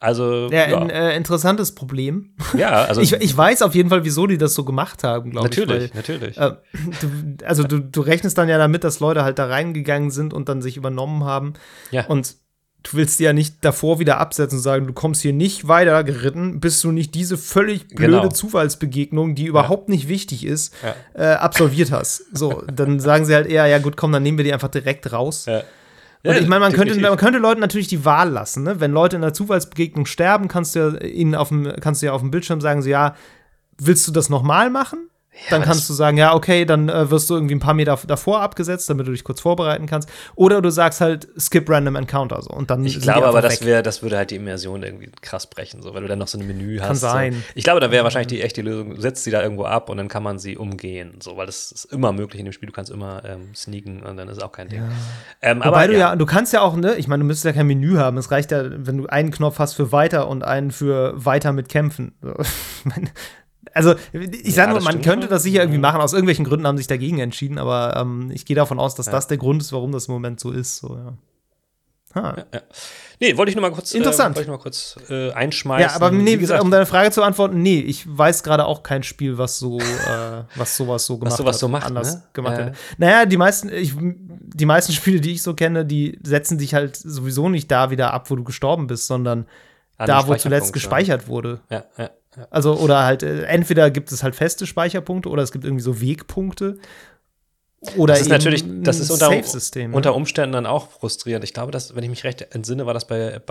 Speaker 1: Also,
Speaker 2: ein interessantes Problem.
Speaker 1: Ja, also
Speaker 2: ich weiß auf jeden Fall, wieso die das so gemacht haben, glaube ich.
Speaker 1: Natürlich.
Speaker 2: Du rechnest dann ja damit, dass Leute halt da reingegangen sind und dann sich übernommen haben.
Speaker 1: Ja.
Speaker 2: Und du willst die ja nicht davor wieder absetzen und sagen, du kommst hier nicht weiter geritten, bis du nicht diese völlig blöde Zufallsbegegnung, die überhaupt nicht wichtig ist, absolviert hast. So, dann sagen sie halt eher, ja gut, komm, dann nehmen wir die einfach direkt raus. Ja. Und ich meine, man könnte Leuten natürlich die Wahl lassen, ne? Wenn Leute in der Zufallsbegegnung sterben, kannst du ja auf dem Bildschirm sagen, so, ja, willst du das nochmal machen? Ja, dann kannst du sagen, ja, okay, dann wirst du irgendwie ein paar Meter davor abgesetzt, damit du dich kurz vorbereiten kannst. Oder du sagst halt, skip random encounter. So. Und dann
Speaker 1: ich glaube aber, das würde halt die Immersion irgendwie krass brechen, so, weil du dann noch so ein Menü hast.
Speaker 2: Kann sein.
Speaker 1: So. Ich glaube, da wäre wahrscheinlich die echte Lösung, setzt sie da irgendwo ab und dann kann man sie umgehen. So, weil das ist immer möglich in dem Spiel. Du kannst immer sneaken und dann ist auch kein Ding.
Speaker 2: Ja. Wobei du kannst ja auch, ne, ich meine, du müsstest ja kein Menü haben. Es reicht ja, wenn du einen Knopf hast für weiter und einen für weiter mit Kämpfen. Also, ich sage nur, man könnte das sicher irgendwie machen. Aus irgendwelchen Gründen haben sie sich dagegen entschieden, aber ich gehe davon aus, dass das der Grund ist, warum das im Moment so ist. So,
Speaker 1: ja. Nee, wollte ich nur mal kurz, einschmeißen.
Speaker 2: Ja, aber nee, um deine Frage zu beantworten, nee, ich weiß gerade auch kein Spiel, was sowas so gemacht hat.
Speaker 1: Was so macht,
Speaker 2: anders gemacht hat. Naja, die meisten Spiele, die ich so kenne, die setzen dich halt sowieso nicht da wieder ab, wo du gestorben bist, sondern da, wo zuletzt gespeichert wurde.
Speaker 1: Ja.
Speaker 2: Also, oder halt, entweder gibt es halt feste Speicherpunkte oder es gibt irgendwie so Wegpunkte. Oder
Speaker 1: das ist natürlich, das ist
Speaker 2: Safe-System,
Speaker 1: unter Umständen dann auch frustrierend. Ich glaube, dass, wenn ich mich recht entsinne, war das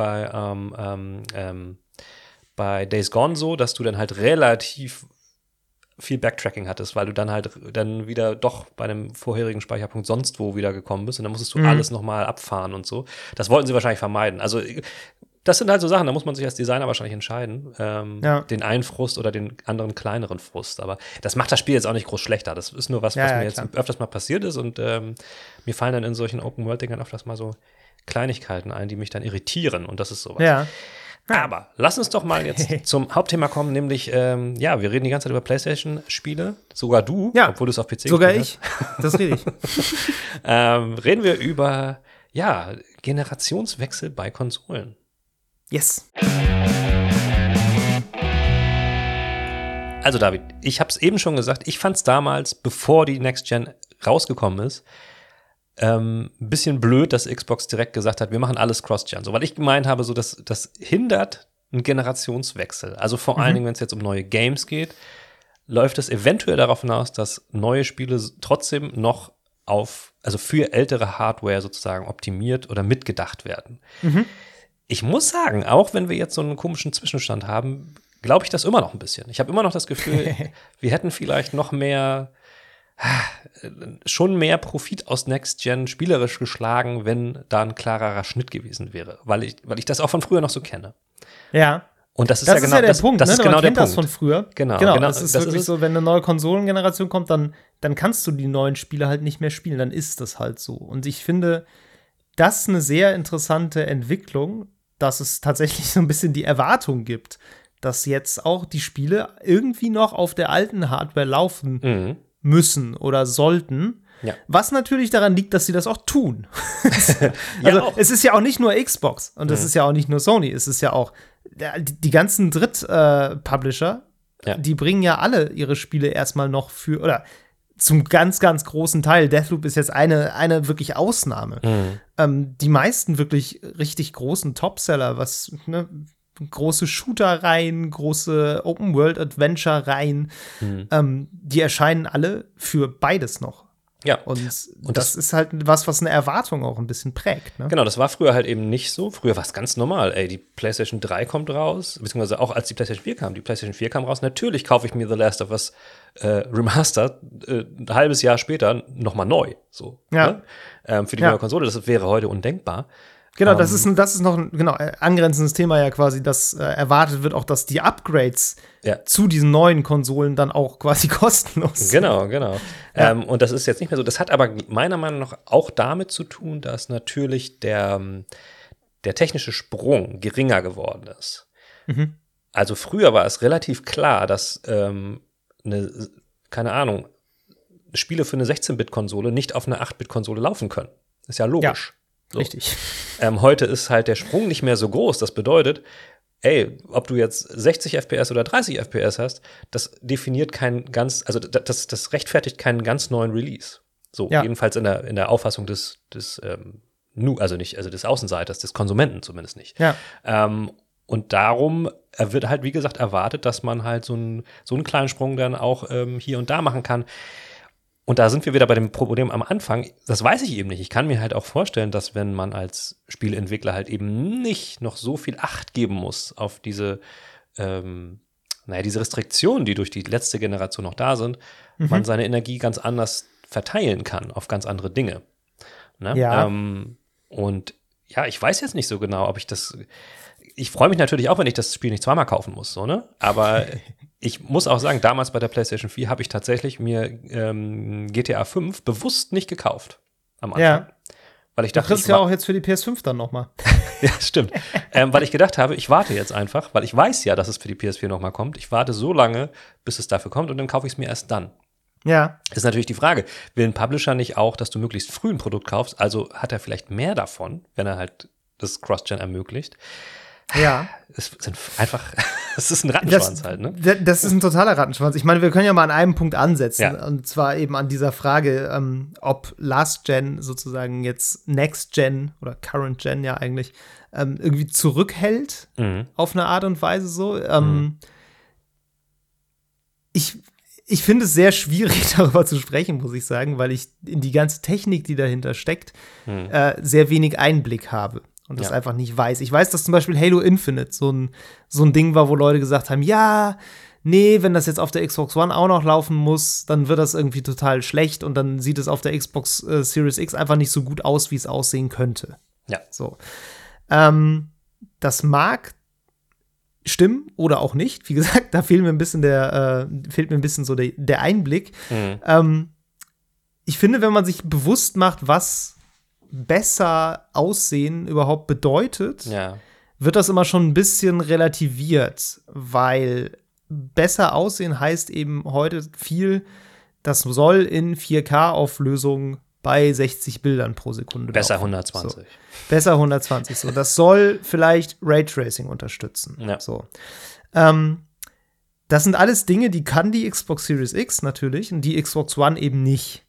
Speaker 1: bei Days Gone so, dass du dann halt relativ viel Backtracking hattest, weil du dann wieder doch bei einem vorherigen Speicherpunkt sonst wo wieder gekommen bist und dann musstest du alles nochmal abfahren und so. Das wollten sie wahrscheinlich vermeiden. Also das sind halt so Sachen, da muss man sich als Designer wahrscheinlich entscheiden. Den einen Frust oder den anderen kleineren Frust. Aber das macht das Spiel jetzt auch nicht groß schlechter. Das ist nur was mir jetzt öfters mal passiert ist. Und mir fallen dann in solchen Open-World-Dingern öfters mal so Kleinigkeiten ein, die mich dann irritieren. Und das ist sowas.
Speaker 2: Ja.
Speaker 1: Aber lass uns doch mal jetzt zum Hauptthema kommen, nämlich, wir reden die ganze Zeit über PlayStation-Spiele. Sogar du, obwohl du es auf PC
Speaker 2: sogar ich. Das rede ich.
Speaker 1: Reden wir über, Generationswechsel bei Konsolen.
Speaker 2: Yes.
Speaker 1: Also David, ich habe es eben schon gesagt, ich fand es damals, bevor die Next Gen rausgekommen ist, ein bisschen blöd, dass Xbox direkt gesagt hat, wir machen alles Cross-Gen. So, weil ich gemeint habe, so, das hindert einen Generationswechsel. Also vor allen Dingen, wenn es jetzt um neue Games geht, läuft es eventuell darauf hinaus, dass neue Spiele trotzdem noch für ältere Hardware sozusagen optimiert oder mitgedacht werden. Ich muss sagen, auch wenn wir jetzt so einen komischen Zwischenstand haben, glaube ich das immer noch ein bisschen. Ich habe immer noch das Gefühl, wir hätten vielleicht noch schon mehr Profit aus Next Gen spielerisch geschlagen, wenn da ein klarerer Schnitt gewesen wäre, weil ich das auch von früher noch so kenne.
Speaker 2: Ja.
Speaker 1: Und das ist
Speaker 2: ja der Punkt,
Speaker 1: das
Speaker 2: ne?
Speaker 1: ist genau
Speaker 2: Man kennt
Speaker 1: der
Speaker 2: das
Speaker 1: Punkt.
Speaker 2: von früher.
Speaker 1: Genau.
Speaker 2: Das ist wirklich so, wenn eine neue Konsolengeneration kommt, dann kannst du die neuen Spiele halt nicht mehr spielen, dann ist das halt so. Und ich finde, das ist eine sehr interessante Entwicklung, dass es tatsächlich so ein bisschen die Erwartung gibt, dass jetzt auch die Spiele irgendwie noch auf der alten Hardware laufen müssen oder sollten.
Speaker 1: Ja.
Speaker 2: Was natürlich daran liegt, dass sie das auch tun. Also es ist ja auch nicht nur Xbox und es ist ja auch nicht nur Sony, es ist ja auch die ganzen Dritt-Publisher, die bringen ja alle ihre Spiele erstmal noch oder zum ganz, ganz großen Teil. Deathloop ist jetzt eine wirklich Ausnahme. Die meisten wirklich richtig großen Topseller, große Shooter-Reihen, große Open-World-Adventure-Reihen, die erscheinen alle für beides noch.
Speaker 1: Ja.
Speaker 2: Und das ist halt was eine Erwartung auch ein bisschen prägt. Ne?
Speaker 1: Genau, das war früher halt eben nicht so. Früher war es ganz normal. Die PlayStation 3 kommt raus, beziehungsweise auch als die PlayStation 4 kam. Die PlayStation 4 kam raus. Natürlich kaufe ich mir The Last of Us Remastered ein halbes Jahr später nochmal neu. So, ne? Für die neue Konsole. Das wäre heute undenkbar.
Speaker 2: Genau, das ist noch ein angrenzendes Thema ja quasi, dass erwartet wird auch, dass die Upgrades zu diesen neuen Konsolen dann auch quasi kostenlos sind.
Speaker 1: Genau. Ja. Und das ist jetzt nicht mehr so. Das hat aber meiner Meinung nach auch damit zu tun, dass natürlich der technische Sprung geringer geworden ist. Also früher war es relativ klar, dass Spiele für eine 16-Bit-Konsole nicht auf einer 8-Bit-Konsole laufen können. Ist ja logisch.
Speaker 2: Ja. So. Richtig.
Speaker 1: Heute ist halt der Sprung nicht mehr so groß. Das bedeutet, ey, ob du jetzt 60 FPS oder 30 FPS hast, das definiert das rechtfertigt keinen ganz neuen Release. So, jedenfalls in der Auffassung des Außenseiters, des Konsumenten zumindest nicht.
Speaker 2: Ja.
Speaker 1: Und darum wird halt, wie gesagt, erwartet, dass man halt so einen kleinen Sprung dann auch hier und da machen kann. Und da sind wir wieder bei dem Problem am Anfang. Das weiß ich eben nicht. Ich kann mir halt auch vorstellen, dass wenn man als Spieleentwickler halt eben nicht noch so viel Acht geben muss auf diese Restriktionen, die durch die letzte Generation noch da sind, man seine Energie ganz anders verteilen kann auf ganz andere Dinge. Ne?
Speaker 2: Ja.
Speaker 1: Und ja, ich weiß jetzt nicht so genau, ob ich das. Ich freue mich natürlich auch, wenn ich das Spiel nicht zweimal kaufen muss, so, ne? Aber ich muss auch sagen, damals bei der PlayStation 4 habe ich tatsächlich mir GTA 5 bewusst nicht gekauft am Anfang.
Speaker 2: Ja.
Speaker 1: Weil ich dachte,
Speaker 2: du kriegst ja auch jetzt für die PS5 dann noch mal.
Speaker 1: Ja, stimmt. Weil ich gedacht habe, ich warte jetzt einfach, weil ich weiß ja, dass es für die PS4 noch mal kommt. Ich warte so lange, bis es dafür kommt und dann kaufe ich es mir erst dann.
Speaker 2: Ja.
Speaker 1: Ist natürlich die Frage, will ein Publisher nicht auch, dass du möglichst früh ein Produkt kaufst? Also hat er vielleicht mehr davon, wenn er halt das Cross-Gen ermöglicht?
Speaker 2: Ja.
Speaker 1: Es ist ein Rattenschwanz halt, ne?
Speaker 2: Das ist ein totaler Rattenschwanz. Ich meine, wir können ja mal an einem Punkt ansetzen. Ja. Und zwar eben an dieser Frage, ob Last Gen sozusagen jetzt Next Gen oder Current Gen ja eigentlich irgendwie zurückhält auf eine Art und Weise so. Ich finde es sehr schwierig, darüber zu sprechen, muss ich sagen, weil ich in die ganze Technik, die dahinter steckt, sehr wenig Einblick habe und das einfach nicht weiß. Ich weiß, dass zum Beispiel Halo Infinite so ein Ding war, wo Leute gesagt haben, ja, nee, wenn das jetzt auf der Xbox One auch noch laufen muss, dann wird das irgendwie total schlecht und dann sieht es auf der Xbox Series X einfach nicht so gut aus, wie es aussehen könnte.
Speaker 1: Ja.
Speaker 2: So. Das mag stimmen oder auch nicht. Wie gesagt, da fehlt mir ein bisschen so der Einblick. Ich finde, wenn man sich bewusst macht, was besser aussehen überhaupt bedeutet, wird das immer schon ein bisschen relativiert, weil besser aussehen heißt eben heute viel, das soll in 4K-Auflösung bei 60 Bildern pro Sekunde
Speaker 1: Besser
Speaker 2: laufen.
Speaker 1: 120.
Speaker 2: So. Besser 120. So. Das soll vielleicht Raytracing unterstützen.
Speaker 1: Ja.
Speaker 2: So. Das sind alles Dinge, die kann die Xbox Series X natürlich und die Xbox One eben nicht.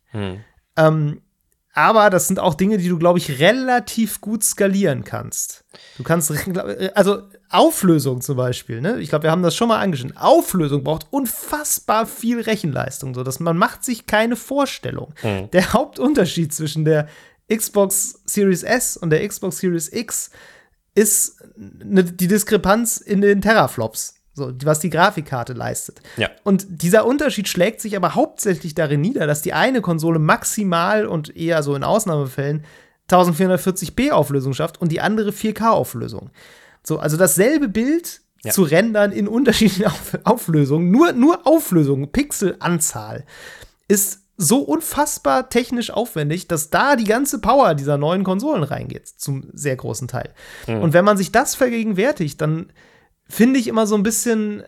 Speaker 2: Aber das sind auch Dinge, die du, glaube ich, relativ gut skalieren kannst. Du kannst, also Auflösung zum Beispiel, ne? Ich glaube, wir haben das schon mal angeschnitten. Auflösung braucht unfassbar viel Rechenleistung, so dass man macht sich keine Vorstellung. Der Hauptunterschied zwischen der Xbox Series S und der Xbox Series X ist die Diskrepanz in den Teraflops. So, was die Grafikkarte leistet.
Speaker 1: Ja.
Speaker 2: Und dieser Unterschied schlägt sich aber hauptsächlich darin nieder, dass die eine Konsole maximal und eher so in Ausnahmefällen 1440p Auflösung schafft und die andere 4K Auflösung. So, also dasselbe Bild zu rendern in unterschiedlichen Auflösungen, nur Auflösung, Pixelanzahl, ist so unfassbar technisch aufwendig, dass da die ganze Power dieser neuen Konsolen reingeht, zum sehr großen Teil. Und wenn man sich das vergegenwärtigt, dann finde ich immer so ein bisschen,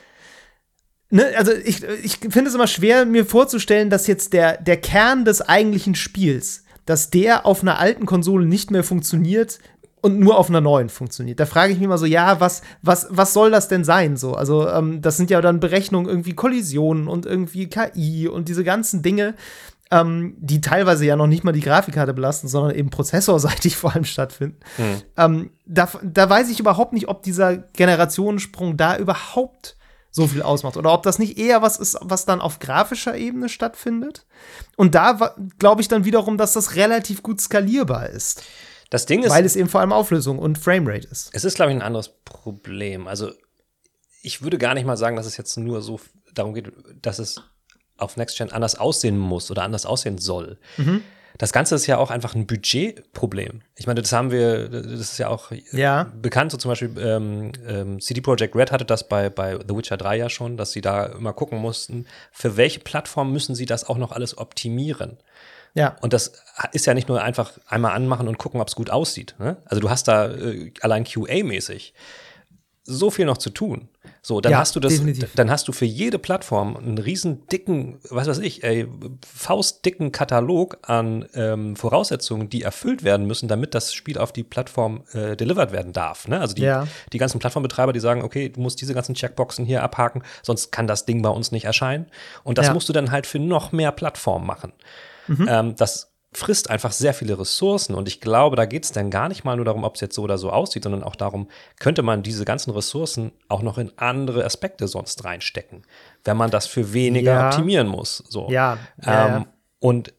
Speaker 2: ne, also ich finde es immer schwer, mir vorzustellen, dass jetzt der Kern des eigentlichen Spiels, dass der auf einer alten Konsole nicht mehr funktioniert und nur auf einer neuen funktioniert. Da frage ich mich immer so, ja, was soll das denn sein? So, also das sind ja dann Berechnungen, irgendwie Kollisionen und irgendwie KI und diese ganzen Dinge, die teilweise ja noch nicht mal die Grafikkarte belasten, sondern eben prozessorseitig vor allem stattfinden. Da weiß ich überhaupt nicht, ob dieser Generationensprung da überhaupt so viel ausmacht oder ob das nicht eher was ist, was dann auf grafischer Ebene stattfindet. Und da glaube ich dann wiederum, dass das relativ gut skalierbar ist.
Speaker 1: Das Ding ist,
Speaker 2: weil es eben vor allem Auflösung und Framerate ist.
Speaker 1: Es ist, glaube ich, ein anderes Problem. Also ich würde gar nicht mal sagen, dass es jetzt nur so darum geht, dass es auf Next Gen anders aussehen muss oder anders aussehen soll. Das Ganze ist ja auch einfach ein Budgetproblem. Ich meine, das ist ja auch bekannt, so zum Beispiel CD Projekt Red hatte das bei The Witcher 3 ja schon, dass sie da immer gucken mussten, für welche Plattform müssen sie das auch noch alles optimieren.
Speaker 2: Ja.
Speaker 1: Und das ist ja nicht nur einfach einmal anmachen und gucken, ob es gut aussieht. Ne? Also du hast da allein QA-mäßig so viel noch zu tun. So, dann hast du
Speaker 2: definitiv.
Speaker 1: Dann hast du für jede Plattform einen riesen dicken, was weiß ich, faustdicken Katalog an Voraussetzungen, die erfüllt werden müssen, damit das Spiel auf die Plattform delivered werden darf. Ne? Also die ganzen Plattformbetreiber, die sagen, okay, du musst diese ganzen Checkboxen hier abhaken, sonst kann das Ding bei uns nicht erscheinen. Und das musst du dann halt für noch mehr Plattformen machen. Das frisst einfach sehr viele Ressourcen und ich glaube, da geht es dann gar nicht mal nur darum, ob es jetzt so oder so aussieht, sondern auch darum, könnte man diese ganzen Ressourcen auch noch in andere Aspekte sonst reinstecken, wenn man das für weniger optimieren muss. So. Und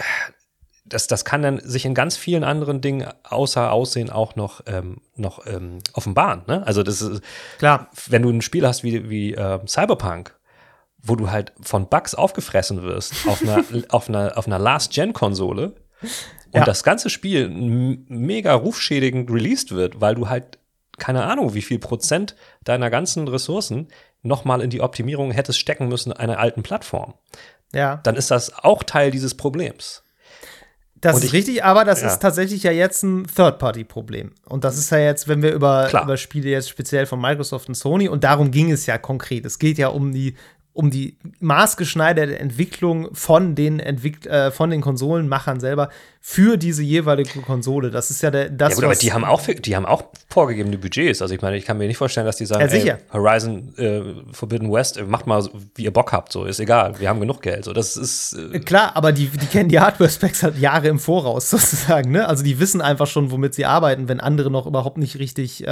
Speaker 1: das kann dann sich in ganz vielen anderen Dingen außer Aussehen auch noch offenbaren. Ne? Also das ist
Speaker 2: klar,
Speaker 1: wenn du ein Spiel hast wie Cyberpunk, wo du halt von Bugs aufgefressen wirst auf einer Last-Gen-Konsole und das ganze Spiel mega rufschädigend released wird, weil du halt keine Ahnung, wie viel Prozent deiner ganzen Ressourcen nochmal in die Optimierung hättest stecken müssen einer alten Plattform. Dann ist das auch Teil dieses Problems.
Speaker 2: Das ist richtig, aber das ist tatsächlich ja jetzt ein Third-Party-Problem. Und das ist ja jetzt, wenn wir über Spiele jetzt speziell von Microsoft und Sony, und darum ging es ja konkret. Es geht ja um die maßgeschneiderte Entwicklung von den Konsolenmachern selber für diese jeweilige Konsole. Das ist ja
Speaker 1: gut, aber die haben auch vorgegebene Budgets. Also ich meine, ich kann mir nicht vorstellen, dass die sagen, Horizon Forbidden West, macht mal, wie ihr Bock habt. So, ist egal, wir haben genug Geld. So, das ist
Speaker 2: klar, aber die kennen die Hardware-Specs halt Jahre im Voraus sozusagen. Ne? Also die wissen einfach schon, womit sie arbeiten, wenn andere noch überhaupt nicht richtig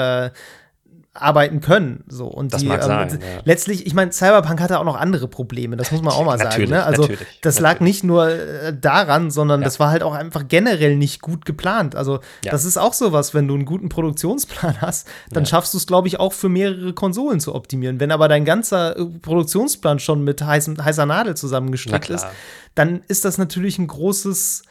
Speaker 2: arbeiten können. So. Und
Speaker 1: das mag sein,
Speaker 2: letztlich, ich meine, Cyberpunk hatte auch noch andere Probleme, das muss man auch mal sagen. Ne? Also das lag nicht nur daran, sondern das war halt auch einfach generell nicht gut geplant. Also das ist auch sowas, wenn du einen guten Produktionsplan hast, dann schaffst du es, glaube ich, auch für mehrere Konsolen zu optimieren. Wenn aber dein ganzer Produktionsplan schon mit heißer Nadel zusammengestrickt ist, dann ist das natürlich ein großes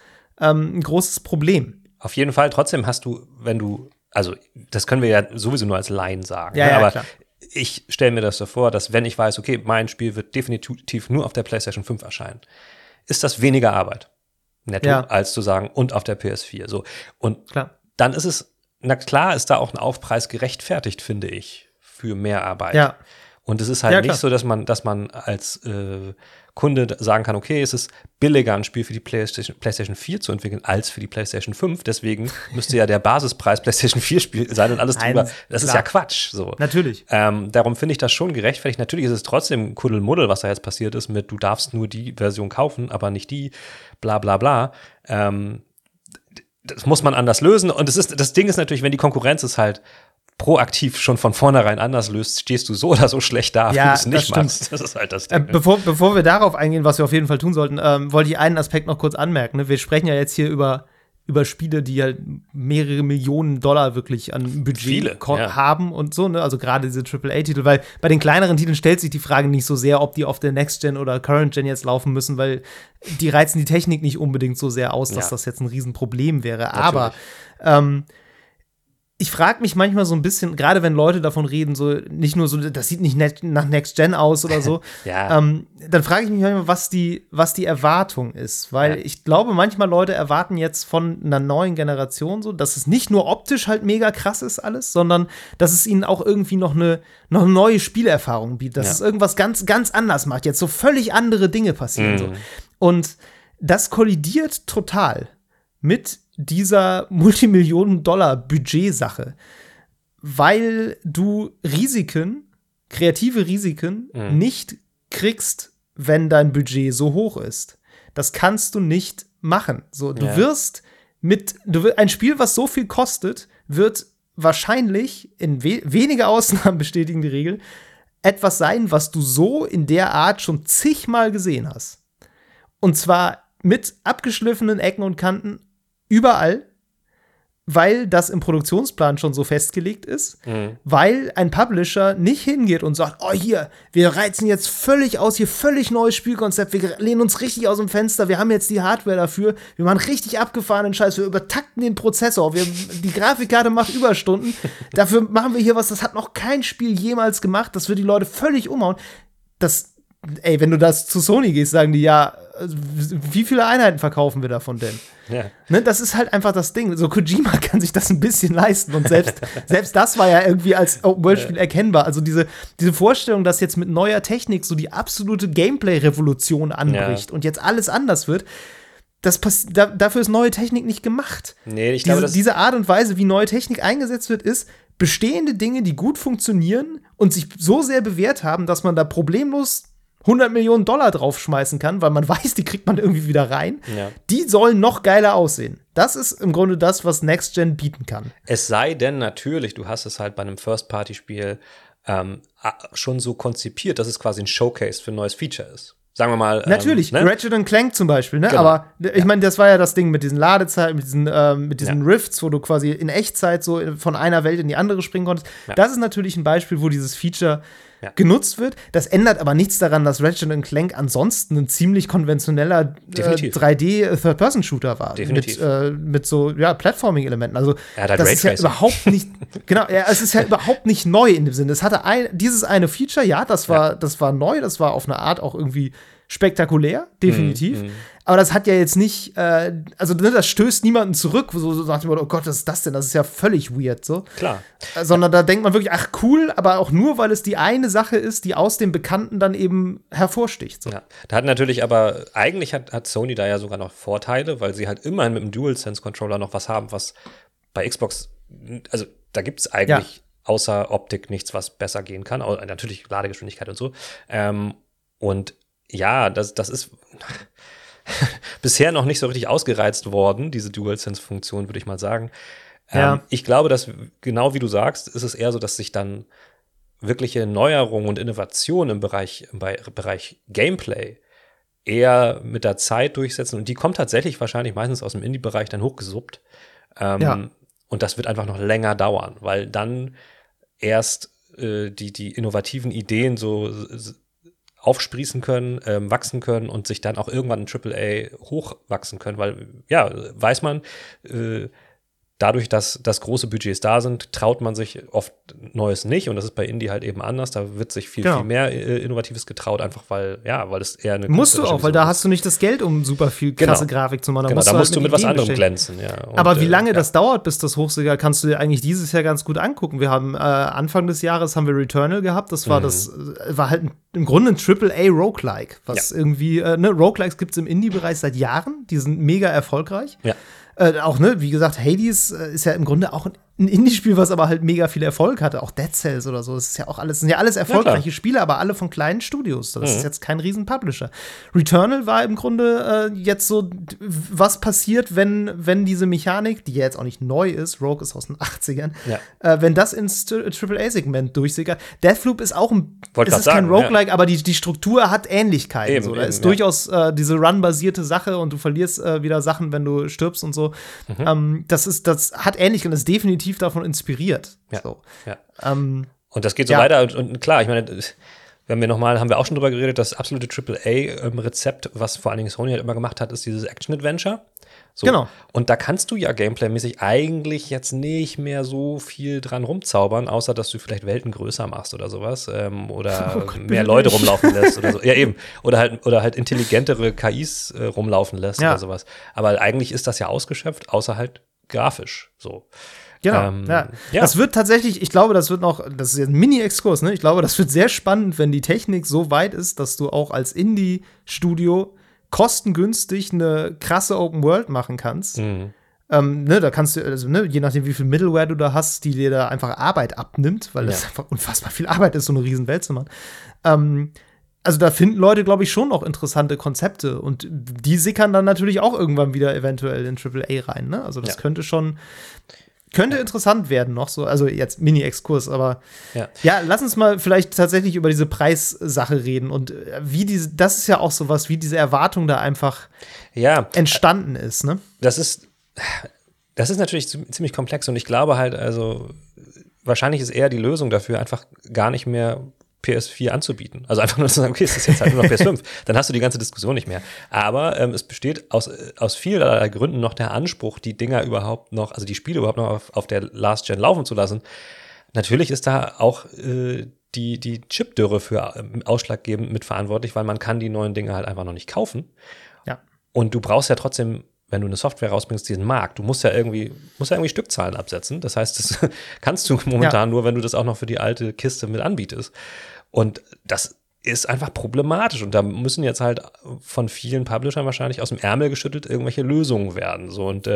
Speaker 2: Problem.
Speaker 1: Auf jeden Fall, trotzdem hast du, also das können wir ja sowieso nur als Laien sagen. Aber klar. Ich stelle mir das so vor, dass wenn ich weiß, okay, mein Spiel wird definitiv nur auf der PlayStation 5 erscheinen, ist das weniger Arbeit netto, als zu sagen, und auf der PS4. So. Und dann ist es, na klar, ist da auch ein Aufpreis gerechtfertigt, finde ich, für mehr Arbeit.
Speaker 2: Ja.
Speaker 1: Und es ist halt nicht so, dass man als Kunde sagen kann, okay, es ist billiger, ein Spiel für die PlayStation 4 zu entwickeln, als für die PlayStation 5. Deswegen müsste ja der Basispreis PlayStation 4 Spiel sein und alles drüber. Das ist ja Quatsch. So.
Speaker 2: Natürlich.
Speaker 1: Darum finde ich das schon gerechtfertigt. Natürlich ist es trotzdem Kuddelmuddel, was da jetzt passiert ist mit, du darfst nur die Version kaufen, aber nicht die, bla bla bla. Das muss man anders lösen. Und das Ding ist natürlich, wenn die Konkurrenz es halt proaktiv schon von vornherein anders löst, stehst du so oder so schlecht da, wenn du es nicht machst. Das ist halt das Ding.
Speaker 2: Bevor wir darauf eingehen, was wir auf jeden Fall tun sollten, wollte ich einen Aspekt noch kurz anmerken. Ne? Wir sprechen ja jetzt hier über Spiele, die halt mehrere Millionen $, wirklich an Budget haben und so, ne? Also gerade diese AAA-Titel, weil bei den kleineren Titeln stellt sich die Frage nicht so sehr, ob die auf der Next-Gen oder Current-Gen jetzt laufen müssen, weil die reizen die Technik nicht unbedingt so sehr aus, dass das jetzt ein Riesenproblem wäre.
Speaker 1: Natürlich.
Speaker 2: Aber ich frage mich manchmal so ein bisschen, gerade wenn Leute davon reden, so nicht nur so, das sieht nicht nach Next Gen aus oder so, dann frage ich mich manchmal, was die Erwartung ist. Weil ich glaube, manchmal Leute erwarten jetzt von einer neuen Generation so, dass es nicht nur optisch halt mega krass ist alles, sondern dass es ihnen auch irgendwie noch eine neue Spielerfahrung bietet, dass es irgendwas ganz, ganz anders macht, jetzt so völlig andere Dinge passieren. So. Und das kollidiert total mit dieser Multimillionen-Dollar-Budget-Sache, weil du kreative Risiken nicht kriegst, wenn dein Budget so hoch ist. Das kannst du nicht machen. So, du wirst ein Spiel, was so viel kostet, wird wahrscheinlich, in wenige Ausnahmen bestätigen die Regel, etwas sein, was du so in der Art schon zigmal gesehen hast. Und zwar mit abgeschliffenen Ecken und Kanten überall, weil das im Produktionsplan schon so festgelegt ist, weil ein Publisher nicht hingeht und sagt, oh hier, wir reizen jetzt völlig aus, hier völlig neues Spielkonzept, wir lehnen uns richtig aus dem Fenster, wir haben jetzt die Hardware dafür, wir machen richtig abgefahrenen Scheiß, wir übertakten den Prozessor, die Grafikkarte macht Überstunden, dafür machen wir hier was, das hat noch kein Spiel jemals gemacht, das wird die Leute völlig umhauen. Wenn du das zu Sony gehst, sagen die, wie viele Einheiten verkaufen wir davon denn?
Speaker 1: Ja.
Speaker 2: Ne, das ist halt einfach das Ding. So Kojima kann sich das ein bisschen leisten und selbst das war ja irgendwie als Open-World-Spiel erkennbar. Also diese Vorstellung, dass jetzt mit neuer Technik so die absolute Gameplay-Revolution anbricht und jetzt alles anders wird, dafür ist neue Technik nicht gemacht.
Speaker 1: Nee, ich glaube,
Speaker 2: diese Art und Weise, wie neue Technik eingesetzt wird, ist bestehende Dinge, die gut funktionieren und sich so sehr bewährt haben, dass man da problemlos $100 Millionen draufschmeißen kann, weil man weiß, die kriegt man irgendwie wieder rein. Ja. Die sollen noch geiler aussehen. Das ist im Grunde das, was Next Gen bieten kann.
Speaker 1: Es sei denn natürlich, du hast es halt bei einem First-Party-Spiel schon so konzipiert, dass es quasi ein Showcase für ein neues Feature ist. Sagen wir mal.
Speaker 2: Natürlich, ne? Ratchet & Clank zum Beispiel, ne? Genau. Aber ich meine, das war ja das Ding mit diesen Ladezeiten, mit diesen Rifts, wo du quasi in Echtzeit so von einer Welt in die andere springen konntest. Ja. Das ist natürlich ein Beispiel, wo dieses Feature genutzt wird. Das ändert aber nichts daran, dass Ratchet & Clank ansonsten ein ziemlich konventioneller 3D-Third-Person-Shooter war.
Speaker 1: Definitiv.
Speaker 2: Mit so Platforming-Elementen. Also das ist ja überhaupt nicht es ist ja überhaupt nicht neu in dem Sinne. Es hatte dieses eine Feature, das war neu, das war auf eine Art auch irgendwie spektakulär, definitiv. Aber das hat ja jetzt nicht, das stößt niemanden zurück, so nach dem Motto, oh Gott, was ist das denn? Das ist ja völlig weird, so.
Speaker 1: Klar.
Speaker 2: Sondern da denkt man wirklich, ach cool, aber auch nur, weil es die eine Sache ist, die aus dem Bekannten dann eben hervorsticht. So.
Speaker 1: Ja, da hat natürlich aber, eigentlich hat Sony da ja sogar noch Vorteile, weil sie halt immerhin mit dem DualSense-Controller noch was haben, was bei Xbox, also da gibt es eigentlich außer Optik nichts, was besser gehen kann. Natürlich Ladegeschwindigkeit und so. Und ja, das ist bisher noch nicht so richtig ausgereizt worden, diese DualSense-Funktion, würde ich mal sagen. Ich glaube, dass, genau wie du sagst, ist es eher so, dass sich dann wirkliche Neuerungen und Innovationen im Bereich Gameplay eher mit der Zeit durchsetzen. Und die kommt tatsächlich wahrscheinlich meistens aus dem Indie-Bereich dann hochgesuppt. Und das wird einfach noch länger dauern, weil dann erst die innovativen Ideen so aufsprießen können, wachsen können und sich dann auch irgendwann in AAA hochwachsen können, weil, weiß man, dadurch, dass große Budgets da sind, traut man sich oft Neues nicht und das ist bei Indie halt eben anders, da wird sich viel mehr Innovatives getraut, einfach weil es eher eine
Speaker 2: musst du auch, weil da hast du nicht das Geld, um super viel krasse Grafik zu machen.
Speaker 1: Da musst du mit was anderem glänzen.
Speaker 2: Aber wie lange das dauert, bis das hochsickert, kannst du dir eigentlich dieses Jahr ganz gut angucken. Wir haben Anfang des Jahres haben wir Returnal gehabt, das war war halt im Grunde ein AAA-Roguelike, was irgendwie, Roguelikes gibt es im Indie-Bereich seit Jahren, die sind mega erfolgreich. Ja. Auch, wie gesagt, Hades ist ja im Grunde auch ein Indie-Spiel, was aber halt mega viel Erfolg hatte. Auch Dead Cells oder so. Das ist ja auch alles, sind ja alles erfolgreiche Spiele, aber alle von kleinen Studios. Das ist jetzt kein riesen-Publisher. Returnal war im Grunde jetzt so, was passiert, wenn diese Mechanik, die ja jetzt auch nicht neu ist, Rogue ist aus den 80ern, wenn das ins AAA-Segment durchsickert. Deathloop ist auch kein Roguelike, aber die Struktur hat Ähnlichkeiten. Da ist durchaus diese Run-basierte Sache und du verlierst wieder Sachen, wenn du stirbst und so. Das hat Ähnlichkeiten, das ist definitiv davon inspiriert.
Speaker 1: Ja. So. Ja. Und das geht so weiter. Und klar, ich meine, haben wir auch schon drüber geredet, das absolute AAA-Rezept, was vor allen Dingen Sony halt immer gemacht hat, ist dieses Action-Adventure. So. Genau. Und da kannst du ja gameplaymäßig eigentlich jetzt nicht mehr so viel dran rumzaubern, außer dass du vielleicht Welten größer machst oder sowas. Oder mehr Leute rumlaufen lässt oder so. Ja, eben. Oder halt intelligentere KIs rumlaufen lässt oder sowas. Aber eigentlich ist das ja ausgeschöpft, außer halt grafisch. So.
Speaker 2: Genau, Das wird tatsächlich, ich glaube, das ist jetzt ein Mini-Exkurs, ne? Ich glaube, das wird sehr spannend, wenn die Technik so weit ist, dass du auch als Indie-Studio kostengünstig eine krasse Open World machen kannst. Da kannst du, je nachdem, wie viel Middleware du da hast, die dir da einfach Arbeit abnimmt, weil das einfach unfassbar viel Arbeit ist, so eine riesen Welt zu machen. Also da finden Leute, glaube ich, schon noch interessante Konzepte und die sickern dann natürlich auch irgendwann wieder eventuell in AAA rein, ne? Also das könnte interessant werden noch so, also jetzt Mini-Exkurs, aber lass uns mal vielleicht tatsächlich über diese Preissache reden und das ist ja auch sowas, wie diese Erwartung da einfach entstanden ist, ne?
Speaker 1: Das ist natürlich ziemlich komplex und ich glaube halt, also wahrscheinlich ist eher die Lösung dafür, einfach gar nicht mehr PS4 anzubieten. Also einfach nur zu sagen, okay, es ist jetzt halt nur noch PS5. Dann hast du die ganze Diskussion nicht mehr. Aber es besteht aus vielerlei Gründen noch der Anspruch, die Dinger überhaupt noch, also die Spiele überhaupt noch auf der Last Gen laufen zu lassen. Natürlich ist da auch die die Chipdürre für ausschlaggebend mitverantwortlich, weil man kann die neuen Dinge halt einfach noch nicht kaufen.
Speaker 2: Ja.
Speaker 1: Und du brauchst ja trotzdem, wenn du eine Software rausbringst, diesen Markt. Du musst ja irgendwie Stückzahlen absetzen. Das heißt, das kannst du momentan nur, wenn du das auch noch für die alte Kiste mit anbietest. Und das ist einfach problematisch. Und da müssen jetzt halt von vielen Publishern wahrscheinlich aus dem Ärmel geschüttelt irgendwelche Lösungen werden. So, und